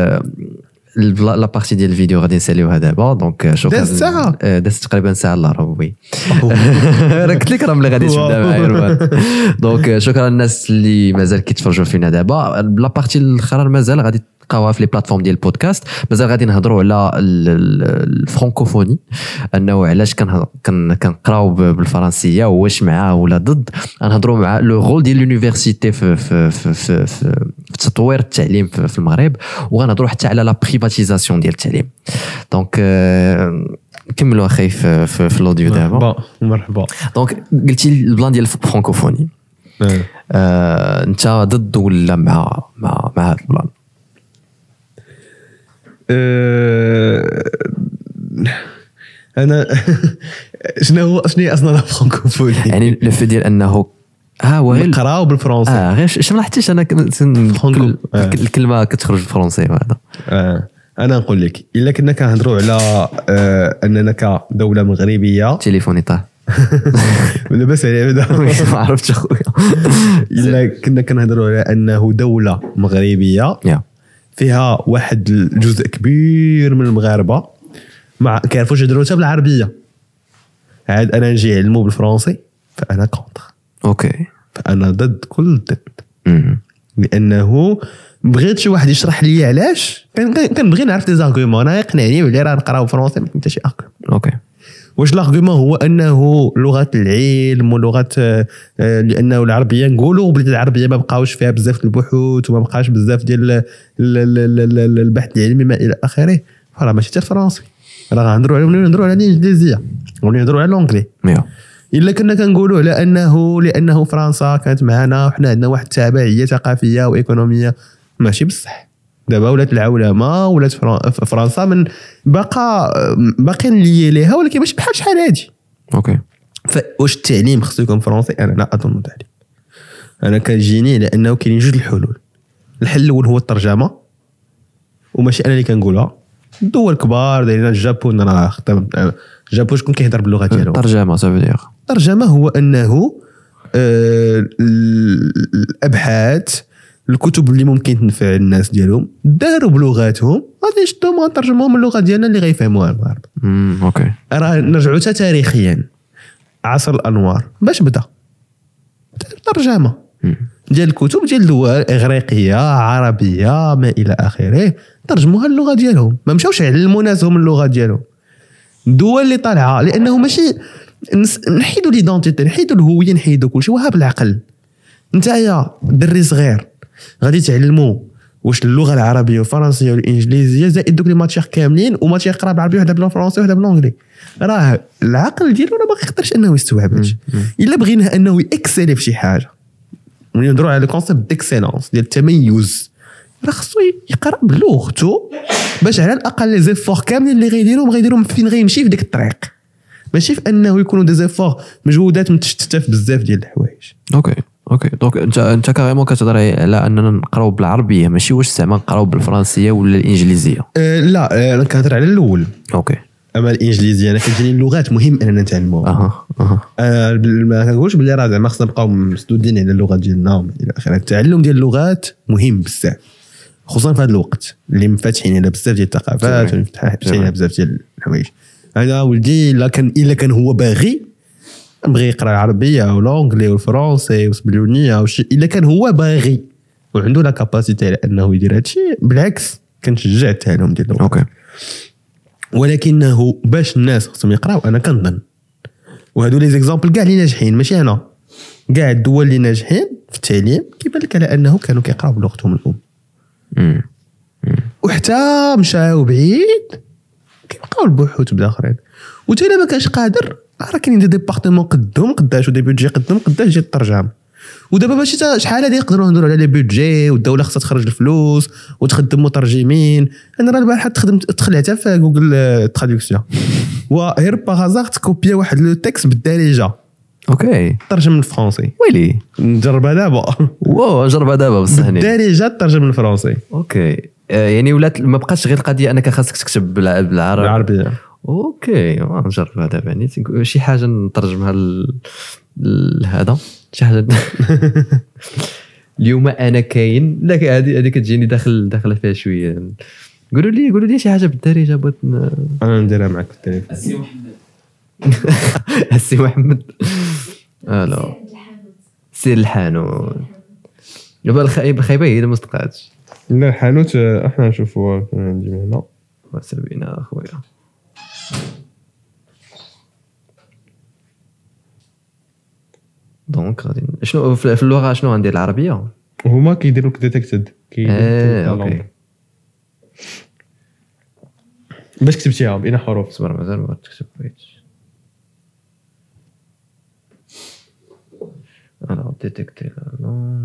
لا بارتي ديال الفيديو غادي نساليوها دابا. دونك شكرا. دازت تقريبا ساعه الا ربع. وي راه قلت لك راه ملي غادي تبدا معايا روان. دونك شكرا للناس اللي مازال كيتفرجوا فينا دابا. لا بارتي الاخرى مازال غادي تلقاوها في لي بلاتفورم ديال البودكاست. مازال غادي نهضروا على الفرنكوفوني، انه علاش كنقراو بالفرنسيه واش معاه ولا ضد. غنهضروا مع لو رول ديال لونيفرسيتي في تطوير التعليم في المغرب، وغنهضروا حتى على لا بريفاتيزاسيون ديال التعليم. دونك نكملوا اخي في الاوديو دابا. مرحبا. دونك قلتي البلان ديال الفرنكوفوني، انت ضد ولا مع هذا البلان؟ انا شنو هي اصلا الفرنكوفوني؟ يعني لو في ديال انه هو نقراو بالفرنسي. غير ما لاحظتيش انا الكلمه كتخرج بالفرنسي وهذا. انا نقول لك الا كنا كنهضروا على اننا كدوله مغربيه. تليفوني طاح لاباس عليه ما عرفتش اخويا. الا كنا كنهضروا على انه دوله مغربيه فيها واحد الجزء كبير من المغاربه ما كيعرفوش يهضروا حتى بالعربيه، عاد انا نجي يعلموا بالفرنسي فانا كونتر. اوكي فانا ضد كل ضد، لانه بغيت شي واحد يشرح لي علاش كنبغي نعرف دي زارغومون. انا يقنعني بلي راه نقراو فرونسي ما حتى شي ارغومون. اوكي واش الارغومون هو انه لغه العلم ولغه لانه العربيه نقولوا بلي العربيه ما بقاوش فيها بزاف البحوث وما بقاش بزاف ديال البحث العلمي ما الى اخره، راه ماشي حتى الفرنسي، راه غنهضروا على الانجليزيه ونهضروا على لونجلي. الا كنا كنقولوا على لانه فرنسا كانت معنا وحنا عندنا واحد التبعيه ثقافيه وايكونوميه، ماشي بصح. دابا ولات العولمه ولات فرنسا من باقيين لي ليها، ولكن ماشي بحال شحال هادي. اوكي فواش التعليم خصو يكون فرنسي؟ انا لا اظن ذلك. انا كنجيني لانه كاينين جوج الحلول. الحل الاول هو الترجمه، وماشي انا اللي كنقولها، الدول كبار دايرين. الجابون راه خدام الجابون شكون كيهضر باللغه ديالو. الترجمه هو انه الابحاث الكتب اللي ممكن تنفع الناس ديالهم داروا بلغاتهم، غادي نشدوهم ونترجموهم من اللغه ديالنا اللي غيفهموها المغاربه. اوكي راه نرجعوا حتى تاريخيا، عصر الانوار باش بدا الترجمه ديال الكتب ديال دول اغريقيه عربيه ما الى اخره، ترجموها اللغه ديالهم، ما مشاوش يعلموا ناسهم اللغه ديالهم. الدول اللي طالعه لانه ماشي نحيدوا ليدونتيتي، نحيدوا الهويه، نحيدوا كلشي، وها بالعقل. نتايا دري صغير غادي تعلموا واش اللغه العربيه والفرنسيه والانجليزيه زائد دوك لي ماتيير كاملين، وماتيير يقرا بالعربيه وحده بالفرنسي وحده بالانجلي، راه العقل ديالو ما يقدرش انه يستوعب هادشي. الا بغينا انه يكسلي في شي حاجه ونهضروا على الكونسيبت ديكسيلونس ديال التميز، راه خصو يقرا بلغته باش على الاقل لي زيفور كاملين اللي غيديرهم فين غيمشي في ديك الطريق، ماشي في انه يكونوا دي زيفور مجهودات متشتته في بزاف ديال الحوايج. اوكي دونك انت كاريمون كتهضر على اننا نقراو بالعربيه، ماشي واش زعما نقراو بالفرنسيه ولا الانجليزيه. لا انا كنهضر على الاول. اوكي اما الانجليزيه انا كتجيني اللغات مهم اننا نتعلموها. ما كنقولش بلي راه زعما خصنا نبقاو مسدودين على اللغه ديالنا الى اخره. التعلم ديال اللغات مهم بزاف، خصوصا في هذا الوقت اللي مفتحين على بزاف ديال الثقافات ومفتحين على بزاف ديال الحوايج. انا ولدي الا كان هو باغي بغي يقرا العربيه او الانجلي والفرنسي والاسبانيه او شي، الا كان هو باغي وعنده لا كاباسيتي على انه يدير هادشي، بالعكس كنشجع التعلم ديال اللغات. اوكي ولكنه باش الناس خصهم يقراو، انا كنظن وهادو لي زيكزامبل كاع اللي ناجحين، ماشي انا، كاع الدول اللي ناجحين في التعليم كيبان لك على انه كانوا كيقراو بلغتهم الام. وحتى مشاو بعيد كيبقاو البحوث بالاخرين. وتا الا ما كانش قادر، راه كاينين دي ديبارتمون قدهم قداش ودي بيدجي قدهم قداش ديال الترجمه. ودابا باش شحال هادي نقدروا نهضروا على لي بيدجي، والدوله خصها تخرج الفلوس وتخدم مترجمين. انا راه البارحه تدخل حتى في جوجل تراديكسيون وغير باغازار تكوبيا واحد لو تكست بالدارجه. اوكي ترجم للفرنسي. ويلي نجربها دابا. واو نجربها دابا بصح بالدارجه ترجم للفرنسي. اوكي يعني ولات ما بقاتش غير القضيه انك خاصك تكتب بالعربيه. اوكي نجربها دابا، يعني شي حاجه نترجمها لهذا شي حاجه. اليوم انا كاين لك هذه كتجيني داخله فيها شويه. قولوا لي شي حاجه بالدارجه بغيت انا نديرها معك في التليفون. السي محمد لا سير الحانوت. دابا الخايبه هي اللي ما استقعدش. لا الحانوت احنا نشوفوها عندي هنا سربينا اخويا. دونك غادي شنو في اللغه شنو غندير العربيه؟ هما كيديروا ديتيكتد اوكي باش كتبتيها بين حروف. صبر مازال ما تكتب بيت. انا ديتيكتي لونغ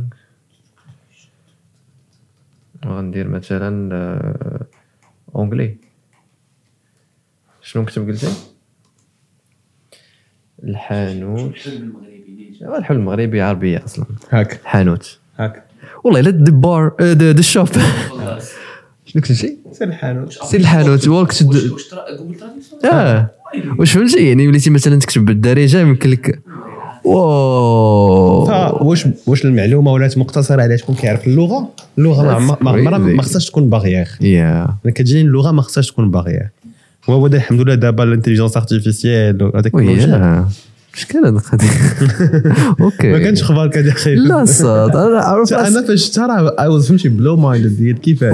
غندير مثلا اونغلي. شنو نكتب قلتي؟ الحانوت. الحل المغربي عربيه اصلا. هاك حانوت هاك والله لا دي بار دي شوب. شنو كتبتي؟ سير الحانوت واش واش فهمتي يعني وليتي مثلا تكتب بالدارجه يمكن لك واش المعلومه ولات مقتصره على شكون كيعرف اللغه ما خصهاش تكون باغيير. انا كتجيني اللغه ما خصهاش تكون باغيير. هو الحمد لله دابا الانتيليجنس ارتيفيسيال والتكنولوجيا شكون هاد القضيه. اوكي ما كانش خبارك هذه خير. لا صاد انا فاش ترى اي واز فهمتي بلو مايند ديال كيفاش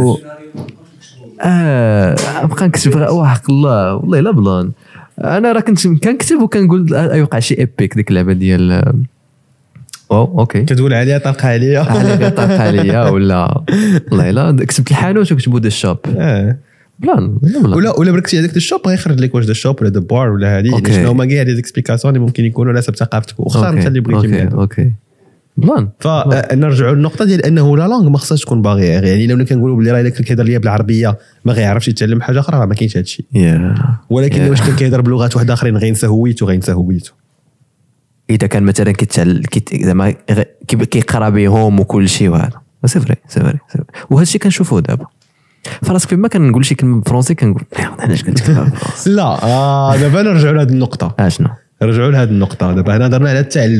بقى نكتب وحق الله والله لا بلان. انا راه كنت كنكتب وكنقول يوقع شي ايبيك ديك اللعبه ديال اوكي كتقول عليها طلقه عليا ولا والله لا كتبت الحانوت وكتبوا ذا الشوب بلان ولا بركتي هذاك الشوب غيخرج لك واش ذا الشوب ولا ذا بار ولا هذه شنو هما كاع لي زيكسبليكاسيون اللي ممكن يكونوا ناسب ثقافتك واختار انت اللي بغيتي. اوكي بلان. فنرجعوا للنقطه ديال انه لا لونغ ما خصهاش تكون باغيير. يعني لو كنقولوا بلي راه الا كان كيهضر ليا بالعربيه ما غيعرفش يتعلم حاجه اخرى راه ما كاينش هذا الشيء. ولكن واش كان كيهضر بلغات واحده اخرين غينسى هويته. اذا كان مثلا كيتعلم زعما كيقرا بهم وكل شيء وهذا سي فري وهذا الشيء كنشوفوه دابا فراسك فيما كنقول شي كلمه بالفرنسي كنقول علاش قلت كلمه بالفرنسي. لا دابا نرجعوا لهذه النقطه. شنو نرجعوا لهذه النقطه. دابا هنا هضرنا على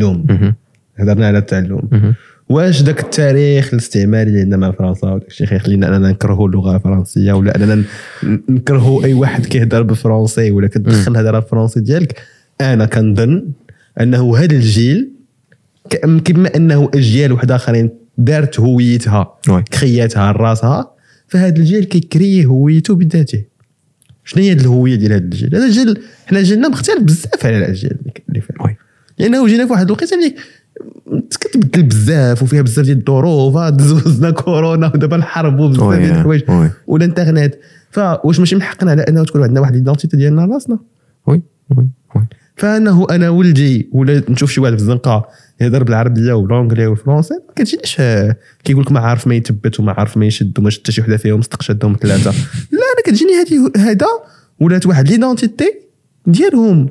التعلم. واش داك التاريخ الاستعماري ديالنا مع فرنسا وداك الشيء خيخلينا اننا نكرهوا اللغه الفرنسيه ولا اننا نكرهوا اي واحد كيهضر بالفرنسي ولا كتدخل الهضره الفرنسي ديالك؟ انا كنظن انه هذا الجيل كما انه اجيال واحده اخرين دارت هويتها كرياتها راسها، فهذا الجيل كيكري هويته بذاته. شنو هي الهويه ديال هذا الجيل؟ هذا الجيل حنا جيلنا مختلف بزاف على الاجيال اللي فات، لانه جينا في واحد الوقيته اللي كتبدل بزاف وفيها بزاف ديال الظروف. دوزنا كورونا ودابا الحرب وبزاف ديال الحوايج والانترنت. فواش ماشي من حقنا على انه تكون عندنا واحد الايدنتيتي ديالنا راسنا؟ وي فانه انا ولدي ولا نشوف شي واحد في الزنقه يهضر بالعربيه والانجلي والفرنسي ما كتجينيش كيقول لك ما عارف ما يثبت وما عارف ما يشد وما شد شي وحده فيهم استقشدهم ثلاثه. لا انا كتجيني هذا ولات واحد ليدونتيتي ديالهم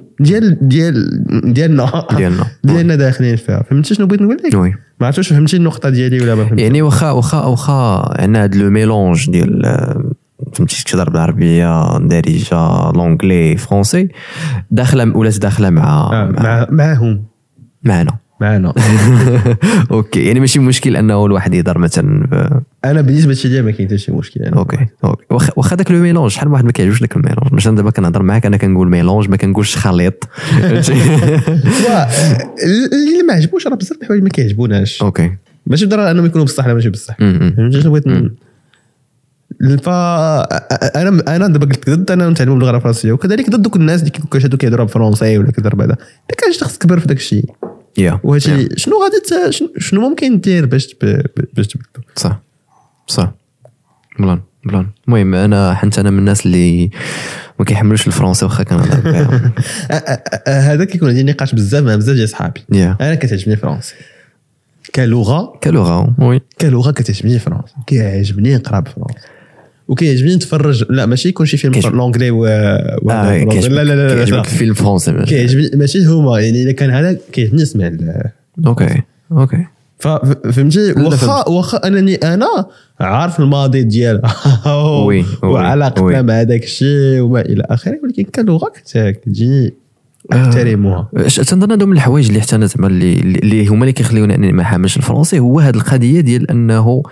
ديالنا داخلين فيها. فهمتي شنو بغيت نقول لك؟ ما عرفتش فهمتي النقطه ديالي ولا ما فهمتي؟ يعني واخا عندنا هذا لو ميلونج ديال فهمتي تهضر بالعربيه دارجه لونجلي فرونسي داخله ولات داخله معاهم معنا. اوكي يعني ماشي مشكل انه الواحد يهضر مثلا انا بالنسبه لي ما كاين حتى شي مشكل. اوكي واخا داك لو ميلونج شحال واحد ما كيعجبوش داك الميلونج. مثلا دابا كنهضر معاك انا كنقول ميلونج ما كنقولش خليط. اللي ما عجبوش راه بزاف د الحوايج ما كيعجبوناش. اوكي ماشي بالضروره انهم يكونوا بصح لا ماشي بصح. فهمتي شنو بغيت انا دابا قلت ضد انا نتعلم اللغه الفرنسيه وكذلك ضد دوك الناس اللي كيشهدوا كيهضروا بالفرنسي ولا كيهضروا بهذا. انت كاش خصك تكبر في داك الشيء. وهادشي شنو غادي شنو ممكن دير باش تبدلو؟ صح بلان. المهم انا حنت انا من الناس اللي ما كيحملوش الفرنسي واخا كنهضر بها. هذا كيكون عندي نقاش بزاف مع بزاف ديال صحابي. انا كتعجبني الفرنسي كلغه كتعجبني الفرنسي، كيعجبني نقرا بالفرنسي وكيعجبني نتفرج. لا ماشي يكون شي فيلم لونجلي لا فيلم فرنسي كيعجبني ماشي هما. يعني الا كان هذا كيعجبني نسمع. اوكي فهمتي واخا انني انا عارف الماضي ديالها وعلاقتها مع داك الشيء وما الى اخره، ولكن كلغه كتجيني احترموها. تنظن هذو من الحوايج اللي حتى انا زعما اللي هما اللي كيخليوني انني ما حاملش الفرنسي هو هذه القضيه ديال انه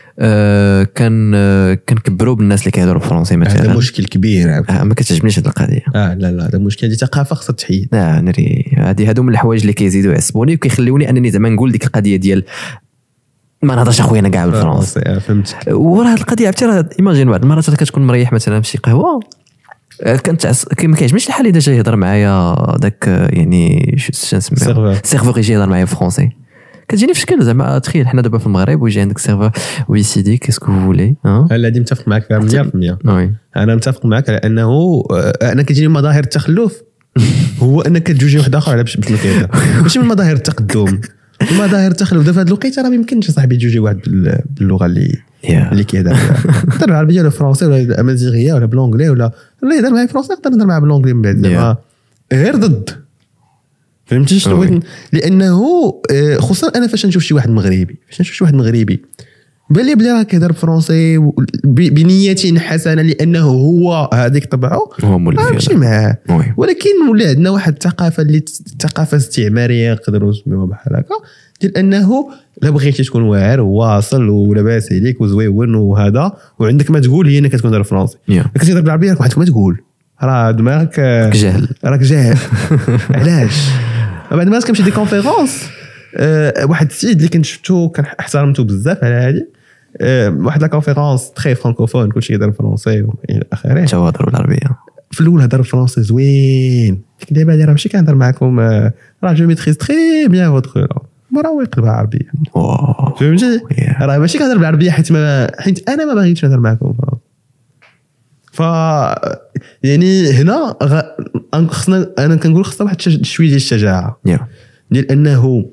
كنكبروا بالناس اللي كيهضروا بالفرنسي مثلا. هذا مشكل كبير. ما كتعجبنيش هذه القضيه. لا هذا مشكل دي ثقافه خصها تحيد. ناري هادو من الحوايج اللي كيزيدوا يعصبوني وكيخليوني انني زعما نقول ديك القضيه ديال ما نهضرش اخويا انا كاع بالفرنسي. فهمت. وراه هذه القضيه عرفتي راه ايماجين بعض المرات كتكون مريح مثلا في شي قهوه كنت ما كيعجبنيش الحال اذا جا يهضر معايا داك يعني شنو نسميو سيرفور يجي يهضر معايا فرونسي كتجيني في شكل زعما تخيل حنا دابا في المغرب ويجي عندك سيرفور وي سيدي كاسكو فولي. لا دي متفق معك 100%. انا متفق معك على انه انا كتجيني مظاهر التخلف هو انك كتجوجي واحد اخر على باش ما كيهضر ماشي من مظاهر التقدم. مظاهر التخلف دابا في هذا الوقيته راه ما يمكنش صاحبي تجوجي واحد باللغه اللي كيهضر هضر بالعربيه ولا الفرنسي ولا الامازيغيه ولا بالانجلي ولا يهضر معايا فرنسي نقدر نهضر معاه بالانجلي من بعد زعما غير ضد. فهمتي شنو؟ لانه خصوصا انا فاش نشوف شي واحد مغربي بان لي بلي راه كيهضر فرونسي بنية حسنه لانه هو هذيك طبعه هو مولف ماشي معاه. ولكن ولا عندنا واحد الثقافه اللي ثقافه استعماريه نقدروا نسميوها بحال هكا ديال انه لا بغيتي تكون واعر وواصل ولاباس عليك وزويون وهذا وعندك ما تقول هي انك تكون فرونسي كتهضر بالعربيه راك عندك ما تقول راه دماغك جاهل راك جاهل. علاش بعد ما كنمشي دي كونفيرونس واحد السيد اللي كنت شفتو كان احترمته بزاف على هذه واحد لا كونفيرونس تري فرانكوفون كلشي كيهضر فرونسي والى اخره تا هضروا العربيه في الاول هضر فرونسي زوين دابا راه ماشي كنهضر معكم راه جو ميتريز تري بيان فوتر راه يقلب عربيه فهمتي راه ماشي كنهضر بالعربيه حيت انا ما باغيتش نهضر معكم ف يعني هنا خصنا انا كنقول خصنا واحد شويه ديال الشجاعه ديال انه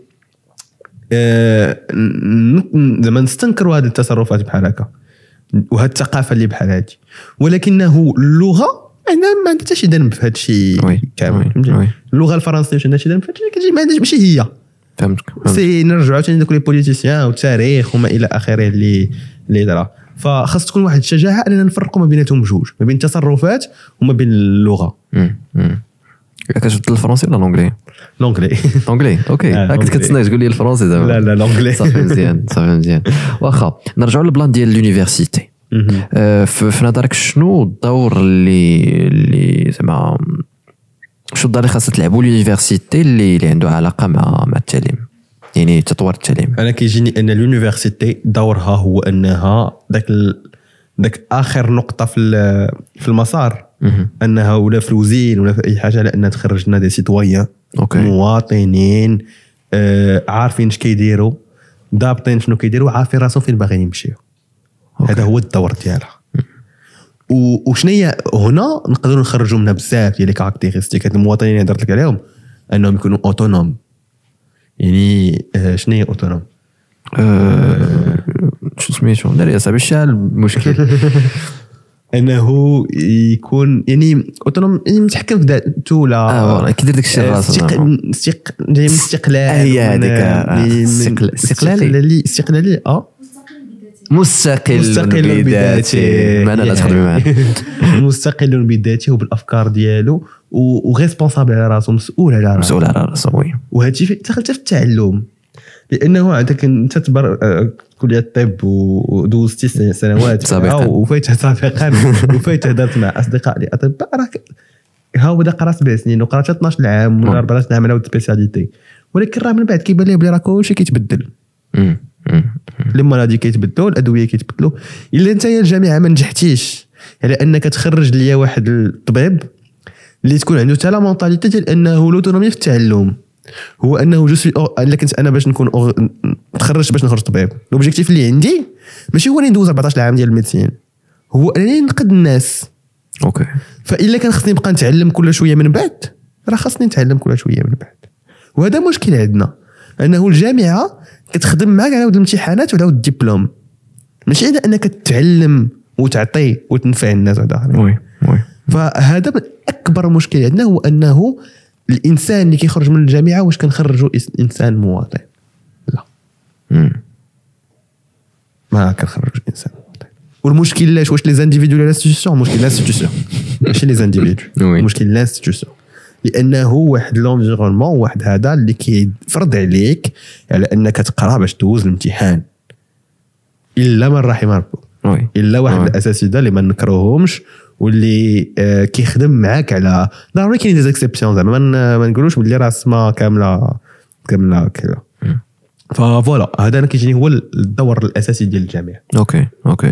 زعما نستنكروا هذه التصرفات بحال هكا وهذه الثقافه اللي بحال هذه ولكنه اللغه ما عندها حتى شي ذنب في هذا الشيء كامل. اللغه الفرنسيه واش عندها شي ذنب في هذا الشيء كتجي ما عندهاش ماشي هي فهمتك سي نرجعوا ثاني دوك لي بوليتيسيان والتاريخ وما الى اخره اللي دارا. فخاص تكون واحد الشجاعه اننا نفرقوا ما بيناتهم بجوج ما بين التصرفات وما بين اللغه. كتبدل الفرنسي ولا لونجلي؟ لونجلي اوكي كنت كتسنى تقول لي الفرنسي زعما لا لونجلي صافي مزيان واخا نرجعوا للبلان ديال اليونيفرسيتي. في نظرك شنو الدور اللي زعما شو الدور اللي خاصها تلعبوا اليونيفرسيتي اللي عنده علاقه مع التعليم يعني تطوير التعليم؟ انا كيجيني ان اليونيفرسيتي دورها هو انها داك اخر نقطه في المسار انها ولا في الوزين ولا في اي حاجه على انها تخرج لنا دي سيتويان مواطنين عارفين اش كيديروا ضابطين شنو كيديروا عارفين راسهم فين باغيين يمشيو. هذا هو الدور ديالها. وشنيا هنا نقدروا نخرجوا منها بزاف ديال لي كاركتيرستيك هاد المواطنين اللي هضرت لك عليهم انهم يكونوا اوتونوم. يعني شنو هي اوتونوم؟ شو سميتو داري اصاحبي الشال المشكل انه يكون يعني اوتونوم يعني متحكم في ذاته ولا كيدير داك الشيء راسو جاي من الاستقلال هي هذيك استقلالي مستقل بذاته ما انا لا تخدمي معاه مستقل بذاته وبالافكار ديالو وغيسبونسابل على راسو مسؤول على راسو وي. وهذا الشيء دخل حتى في التعلم لانه عندك انت تبر كليه الطب ودوزتي سنوات سابقا وفايت هضرت مع اصدقاء لي اطباء راك ها بدا قرا 7 سنين وقرات 12 عام ولا 14 عام على سبيسياليتي ولكن راه من بعد كيبان ليه بلي راه كلشي كيتبدل المرض كيتبدلوا الادويه كيتبدلوا الا انت يا الجامعه ما نجحتيش على انك تخرج ليا واحد الطبيب اللي تكون عنده حتى لا مونطاليتي ديال انه لوتونومي في التعلم هو انه الا كنت انا باش نكون تخرج باش نخرج طبيب لوبجيكتيف اللي عندي ماشي هو اللي ندوز 14 عام ديال الميديسين هو انني نقد الناس اوكي. فالا كان خصني نبقى نتعلم كل شويه من بعد راه خاصني نتعلم كل شويه من بعد وهذا مشكل عندنا انه الجامعه كتخدم معاك على الامتحانات وعلى الدبلوم ماشي على انك تتعلم وتعطي وتنفع الناس وي. فهذا من اكبر مشكل عندنا هو انه الانسان اللي كيخرج من الجامعه واش كنخرجوا انسان مواطن لا ما كنخرجوا انسان مواطن. والمشكل واش لي زانديفيدو ولا لانستيتيوشن مشكل لانستيتيوشن ماشي لي زانديفيدو مشكل لانستيتيوشن لانه واحد لونفيرونمون واحد هذا اللي كيفرض عليك على انك تقرا باش دوز الامتحان الا من رحم ربك الا واحد الاساتذه اللي ما نكرههمش واللي كيخدم معاك على ضروري كاين دي زيكسيبسيون زعما ما نقولوش بلي راه السما كامله كذا. فوالا هذا انا كيجيني هو الدور الاساسي ديال الجامعه. اوكي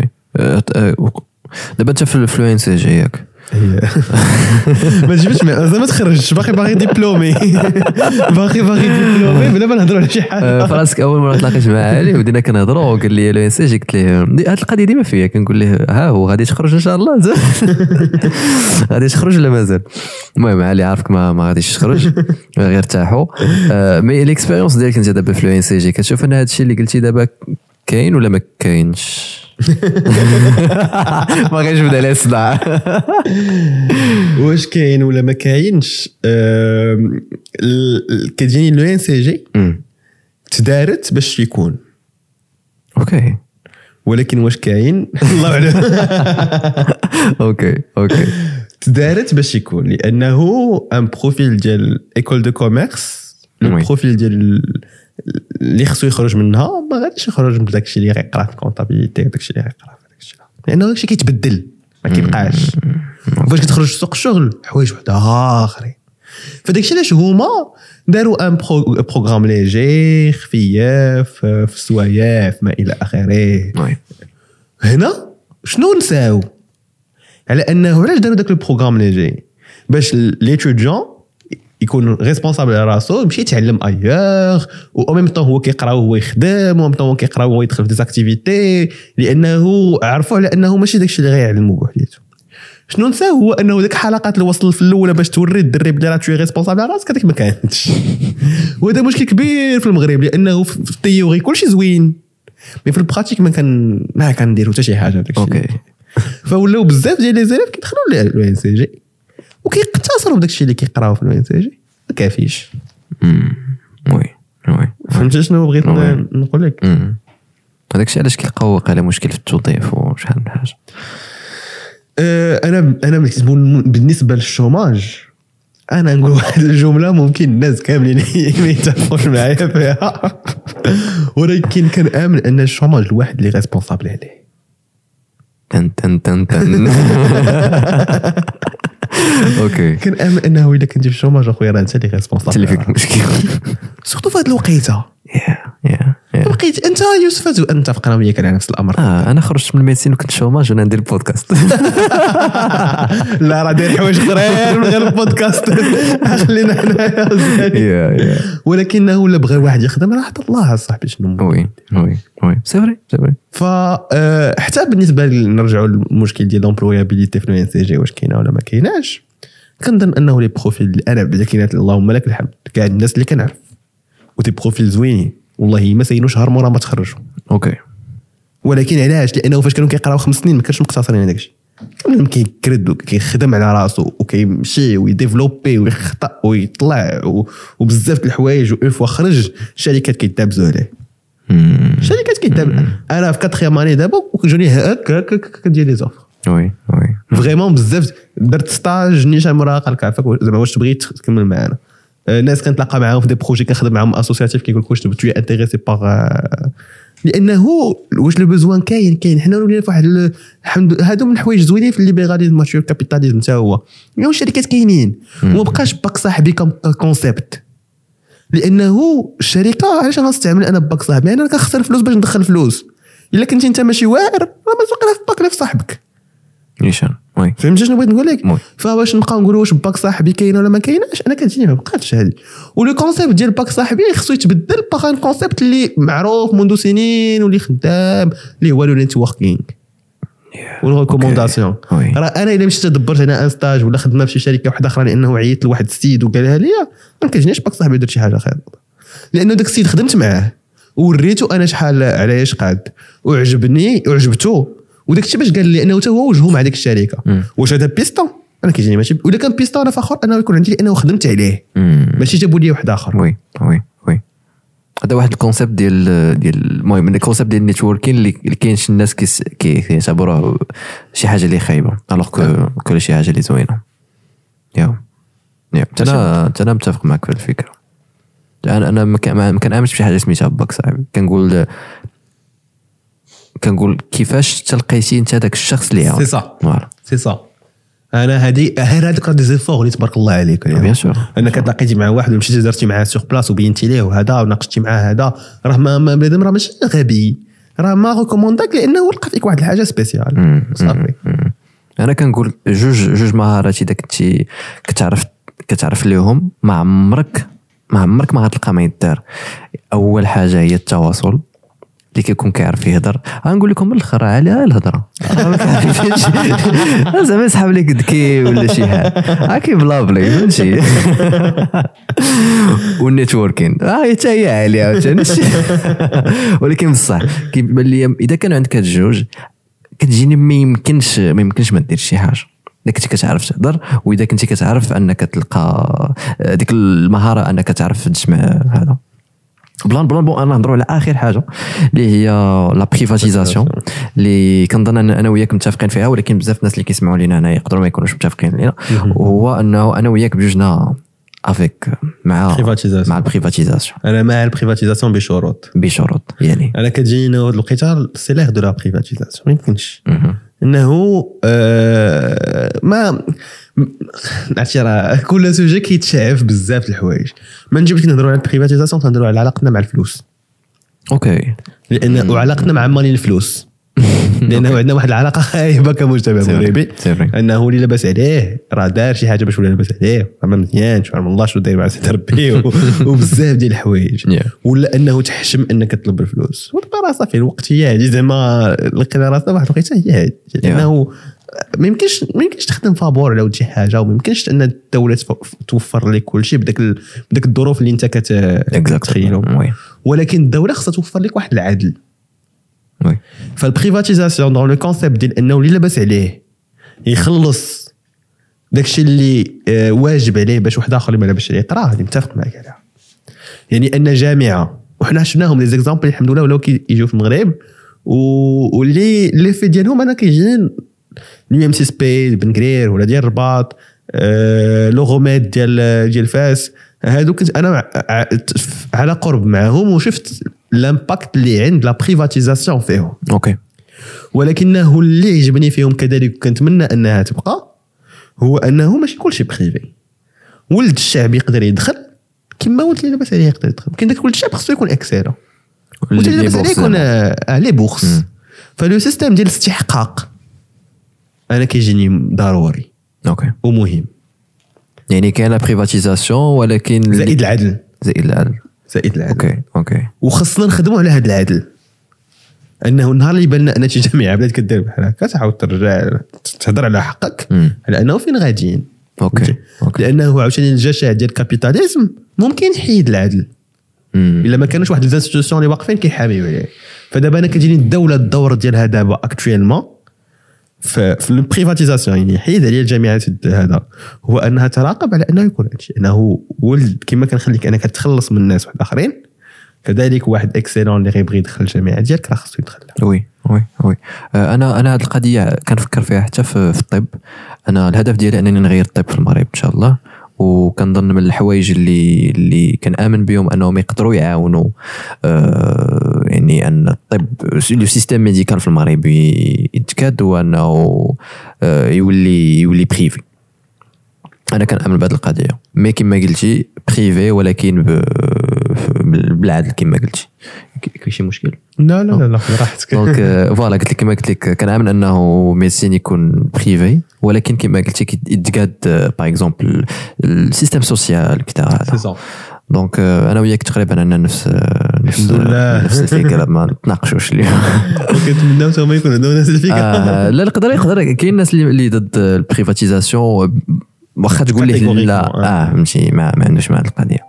دابا انت في الفلوينسي جايك ما جبتش ما تخرجش باغي ديبلومي باغي ديبلومي بلا ما نهضروا على شي حاجه. فراسك اول مره تلاقيت مع علي ودينا كنهضروا وقال لي لو ان سي جي قلت ليه هاد القضيه ديما فيا كنقول ليه ها هو غادي تخرج ان شاء الله غادي تخرج ولا مازال. المهم علي عارفك ما غاديش تخرج غير ارتاحوا. مي ليكسبيريونس ديالك انت دابا في لو ان سي جي كتشوف ان هذا الشيء اللي قلتي دابا كاين ولا ما كاينش؟ ما غاديش نبدا على الصداع. واش كاين ولا ما كاينش؟ كتجيني لو ان سي جي تدارت باش يكون اوكي ولكن واش كاين الله اعلم. اوكي تدارت باش يكون لانه ان بروفيل ديال ايكول دو كوميرس البروفيل ديال اللي خصو يخرج منها ما غاديش يخرج بداك الشيء اللي غيقرا في الكونطابيليتي وداك الشيء اللي غيقرا في داك الشيء لانه داك الشيء كيتبدل ما كيبقاش. فاش كتخرج في سوق الشغل حوايج وحده اخرين. فداك الشيء علاش هما داروا ان بروغرام ليجي خفيف في السوايف ما الى اخره. هنا شنو نساو على انه علاش داروا داك البروغرام ليجي باش ليتوديون يكون ريسبونسابل على راسو يمشي يتعلم ايور او ميم طون هو كيقرا وهو يخدم و ميم طون هو كيقرا وهو يدخل في ديزاكتيفيتي لانه عرفوا على انه ماشي داكشي اللي غيعلمو بوحديته. شنو نساو هو انه ديك الحلقات اللي وصل في الاولى باش توري الدري بلي راه توي ريسبونسابل على راسك هذيك ما كانتش. وهذا مشكل كبير في المغرب لانه في التيوري كلشي زوين مي في البراتيك ما كنديروا حتى شي حاجه داكشي. اوكي فولاو بزاف ديال لي زيليف كيدخلوا لو ان سي جي وكيقتصروا بداك الشيء اللي كيقراو في الو ان سي جي ما كافيش. وي فهمتي شنو بغيت نقول لك؟ هذاك الشيء علاش كيلقاو على مشكل في التوظيف وشحال من حاجه. انا بالنسبه للشوماج انا نقول واحد الجمله ممكن الناس كاملين ما يتفقوش معايا فيها ولكن كنامن ان الشوماج الواحد اللي ريسبونسابل عليه. تن اوكي كنامن انه الا كنتي في الشوماج اخويا راه انت اللي ريسبونسابل اللي فيك المشكل سورتو في هذه الوقيته. لقيت انت يوسف انت فقنا وياك على نفس الامر. انا خرجت من الميديسين وكنت شوماج وانا ندير البودكاست. لا راه داير حوايج اخرين من غير البودكاست خلينا حنايا. ولكنه ولا بغى واحد يخدم راه حط الله صاحبي شنو. وي سي فري. حتى بالنسبه نرجعوا للمشكل ديال لومبلويابيليتي في الان سي جي واش كاينه ولا ما كايناش. كنظن انه لي بروفيل انا بدا كاينات اللهم لك الحمد كاع الناس اللي كنعرف ودي بروفيل زوينين والله ما ساينوا شهر مورا ما تخرجوا. اوكي ولكن علاش؟ لانه فاش كانوا كيقراو 5 سنين ما كانش مقتصرين على داكشي. كان كيكرد وكيخدم على راسو وكيمشي ويديفلوبي ويخطا ويطلع وبزاف د الحوايج اون فوا خرج الشركات كيتابزوا عليه. الشركات كيتابع. انا في 4 اني دابا وكنجوني هكا كدير لي زوفر. وي فريمون بزاف درت ستاج نيشان مراهق عافاك زعما واش تبغي تكمل معنا. الناس كنتلاقى معاهم في دي بروجي كنخدم معاهم اسوسياتيف كيقول لك واش تبغي انتريسي باغ لانه واش لو بوزوان كاين حنا ولينا في واحد الحمد هادو من الحوايج زوينين في الليبراليزم ماشي الكابيتاليزم حتى هو يعني الشركات كاينين وما بقاش باك صاحبي كونسيبت لانه الشركه علاش غنستعمل انا باك صاحبي انا كنخسر فلوس باش ندخل فلوس الا كنتي انت ماشي واعر راه ما تبقى في باك في صاحبك نيشان. وي فهمتي شنو بغيت نقول لك. فواش نبقى نقولوا واش باك صاحبي كاين ولا ما كايناش انا كتجيني ما بقاتش هذه. ولو كونسيبت ديال باك صاحبي خصو يتبدل باغ ان كونسيبت اللي معروف منذ سنين واللي خدام اللي هو لو نيتوركينغ والريكومونداسيون. راه انا الا مشيت تدبرت على ان ستاج ولا خدمه في شي شركه واحده اخرى لانه عيطت لواحد السيد وقالها لي ما كتجينيش باك صاحبي درت شي حاجه خير لانه داك السيد خدمت معاه وريته انا شحال على اش قاد وعجبته وداك الشيء باش قال لي انه حتى هو وجهه مع ديك الشركه. واش هذا بيستون انا كيجيني ماشي ولا كان بيستون انا فخور انه يكون عندي لانه خدمت عليه ماشي جابوا لي واحد اخر. وي هذا واحد الكونسيبت ديال المهم الكونسيبت ديال النيتوركين اللي كاينش الناس كيعتبروه شي حاجه اللي خايبه الوغ كل شي حاجه اللي زوينه. انا متفق معك في الفكره. انا ما كنامنش بشي حاجه سميتها باك صاحبي. كنقول كيفاش تلقيتي انت داك الشخص اللي سي صا انا هذيك راه دي زيفور اللي تبارك الله عليك بيان سور انك تلاقيتي مع واحد ومشيتي درتي معاه سور بلاص وبينتي ليه وهذا وناقشتي معاه هذا راه ما بنادم راه ماشي غبي راه ما ريكومونداك لانه لقى فيك واحد الحاجه سبيسيال صافي. انا كنقول جوج مهارات اذا كنتي كتعرف ليهم ما عمرك ما غتلقى ما يدار. اول حاجه هي التواصل اللي كيكون كيعرف يهضر. غنقول لكم من الاخر على الهضره زعما يسحب لك دكي ولا شي حاجه هاكي بلا بلي فهمتي. والنيتوركين حتى هي عاليه ولكن بصح كيبان لي اذا كانوا عندك هاد الجوج كتجيني ما يمكنش ما دير شي حاجه اذا كنتي كتعرف تهضر واذا كنتي كتعرف انك تلقى ديك المهاره انك تعرف تجمع هذا بلان انا نهضروا على اخر حاجه اللي هي لا بريفاتيزاسيون اللي كنظن انا وياك متفقين فيها، ولكن بزاف الناس اللي كيسمعوا لينا هنا يقدروا ما يكونوش متفقين لينا. وهو انه انا وياك بجوجنا افيك مع البريفاتيزاسيون. انا مع البريفاتيزاسيون بشروط يعني انا كتجيني هاد الوقيته سي ليغ دو لا بريفاتيزاسيون. ما يمكنش انه ما عرفتي راه كل سوجي كيتشعف بزاف الحوايج. ما نجيبش نهضروا على البريفاتيزاسيون تنهضروا على علاقتنا مع الفلوس. اوكي لان وعلاقتنا مع مالين الفلوس لانه عندنا واحد العلاقه خايبه كمجتمع مغربي انه اللي لاباس عليه راه دار شي حاجه باش ولا لاباس عليه ما مزيانش ما الله شنو داير مع سيدي ربي وبزاف ديال الحوايج ولا انه تحشم انك تطلب الفلوس وتبقى راه صافي الوقت هي هادي زعما لقينا راسنا واحد الوقيته هي هادي لانه ما يمكنش تخدم فابور على شي حاجه وما يمكنش ان الدوله توفر لك كل شيء بدك الظروف اللي انت كتخيلهم. ولكن الدوله خصها توفر لك واحد العدل. فالبريفاتيزاسيون دون لو كونسيبت ديال انه اللي لاباس عليه يخلص داكشي اللي واجب عليه باش واحد اخر اللي ما لاباس عليه طرا هذه متفق معك عليها. يعني ان جامعه وحنا شفناهم لي زيكزامبل الحمد لله ولاو كيجيو في المغرب واللي في ديالهم انا كيجيني اليو ام سي سبي بن قرير ولا ديال الرباط لوغوميد ديال فاس هادو كنت انا على قرب معهم وشفت الامباكت اللي عند لا بريفاتيزاسيون فيهم. اوكي. ولكنه اللي عجبني فيهم كذلك كنتمنى انها تبقى هو انه ماشي كلشي بريفي. ولد الشعب يقدر يدخل كما ولد اللي لاباس عليه يقدر يدخل. كاين داك ولد الشعب خصو يكون اكسيلون ولد اللي لاباس عليه يكون لي بورس. فلو سيستيم ديال الاستحقاق انا كيجيني ضروري. اوكي. ومهم. يعني كاين لا بريفاتيزاسيون ولكن زائد العدل. اوكي. وخصنا نخدموا على هذا العدل انه النهار اللي بالنا ان شي جامعه بدات كدير بحال هكا تعاود ترجع تهضر على حقك على انه فين غاديين. اوكي. لانه عاوتاني الجشع ديال الكابيتاليزم ممكن يحيد العدل الا ما كانوش واحد الانستيتيوشن اللي واقفين كيحاميو عليه. فدابا انا كتجيني الدوله الدور ديالها دابا اكطويلمون في البريفاتيزاسيون يعني حيد عليا الجامعات هذا هو انها تراقب على انه يكون هادشي انه ولد كما كنخليك انا كتخلص من الناس واحد اخرين كذلك واحد اكسيلون اللي غيبغي يدخل الجامعه ديالك راه خصو يدخل. وي انا هذه القضيه كنفكر فيها حتى في الطب. انا الهدف ديالي انني نغير الطب في المغرب ان شاء الله. وكنظن من الحوايج اللي كنآمن بهم انهم يقدروا يعاونوا يعني ان الطب لو سيستيم ميديكال في المغرب يتكاد وانه يولي بريفي. انا كنآمن بهذه القضيه مي كما قلتي بريفي ولكن بالعدل كما قلتي. كاين شي مشكل؟ لا راحتك. دونك فوالا قلت لك كما قلت لك كنآمن انه ميديسين يكون بريفي ولكن كما قلتي كيتقاد باغ اكزومبل السيستم سوسيال كذا هذا. دونك انا وياك تقريبا انا نفس الفكره ما نتناقشوش اليوم. كنتمناو حتى هما يكون عندهم نفس الفكره. لا يقدر كاين الناس اللي ضد البريفاتيزاسيون واخا تقول لي لا فهمتي ما عندوش مع القضيه.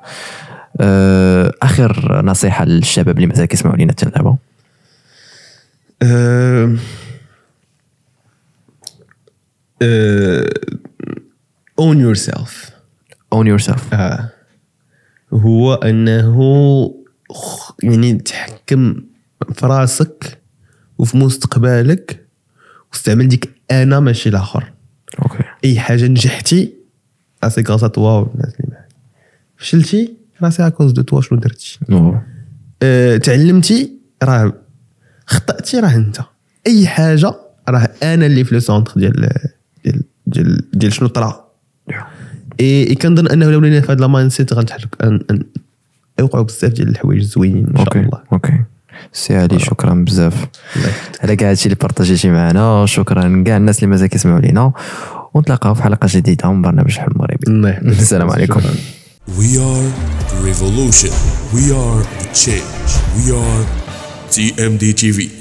اخر نصيحه للشباب اللي مازال كيسمعوا لينا حتى دابا. own yourself هو انه يعني تحكم في راسك وفي مستقبلك واستعمل ديك انا ماشي الاخر. اوكي. اي حاجه نجحتي راسي غاصه توا والناس اللي معاك فشلتي راسي اكوز دو توا شنو درتي. تعلمتي راه خطأتي راه انت. اي حاجه راه انا اللي في لو سونتر ديال شنو طرا. اي كنظن انه لو ولينا في هذا المايند سيت غنتحرك يوقعوا بزاف ديال الحوايج زوينين ان شاء الله. اوكي سي علي شكرا بزاف على كاع هادشي اللي بارطاجيتي معنا. شكرا كاع الناس اللي مازال كيسمعوا لينا ونتلاقاو في حلقه جديده من برنامج حلم المغربي. السلام عليكم. We are the revolution. We are the change. We are TMD TV.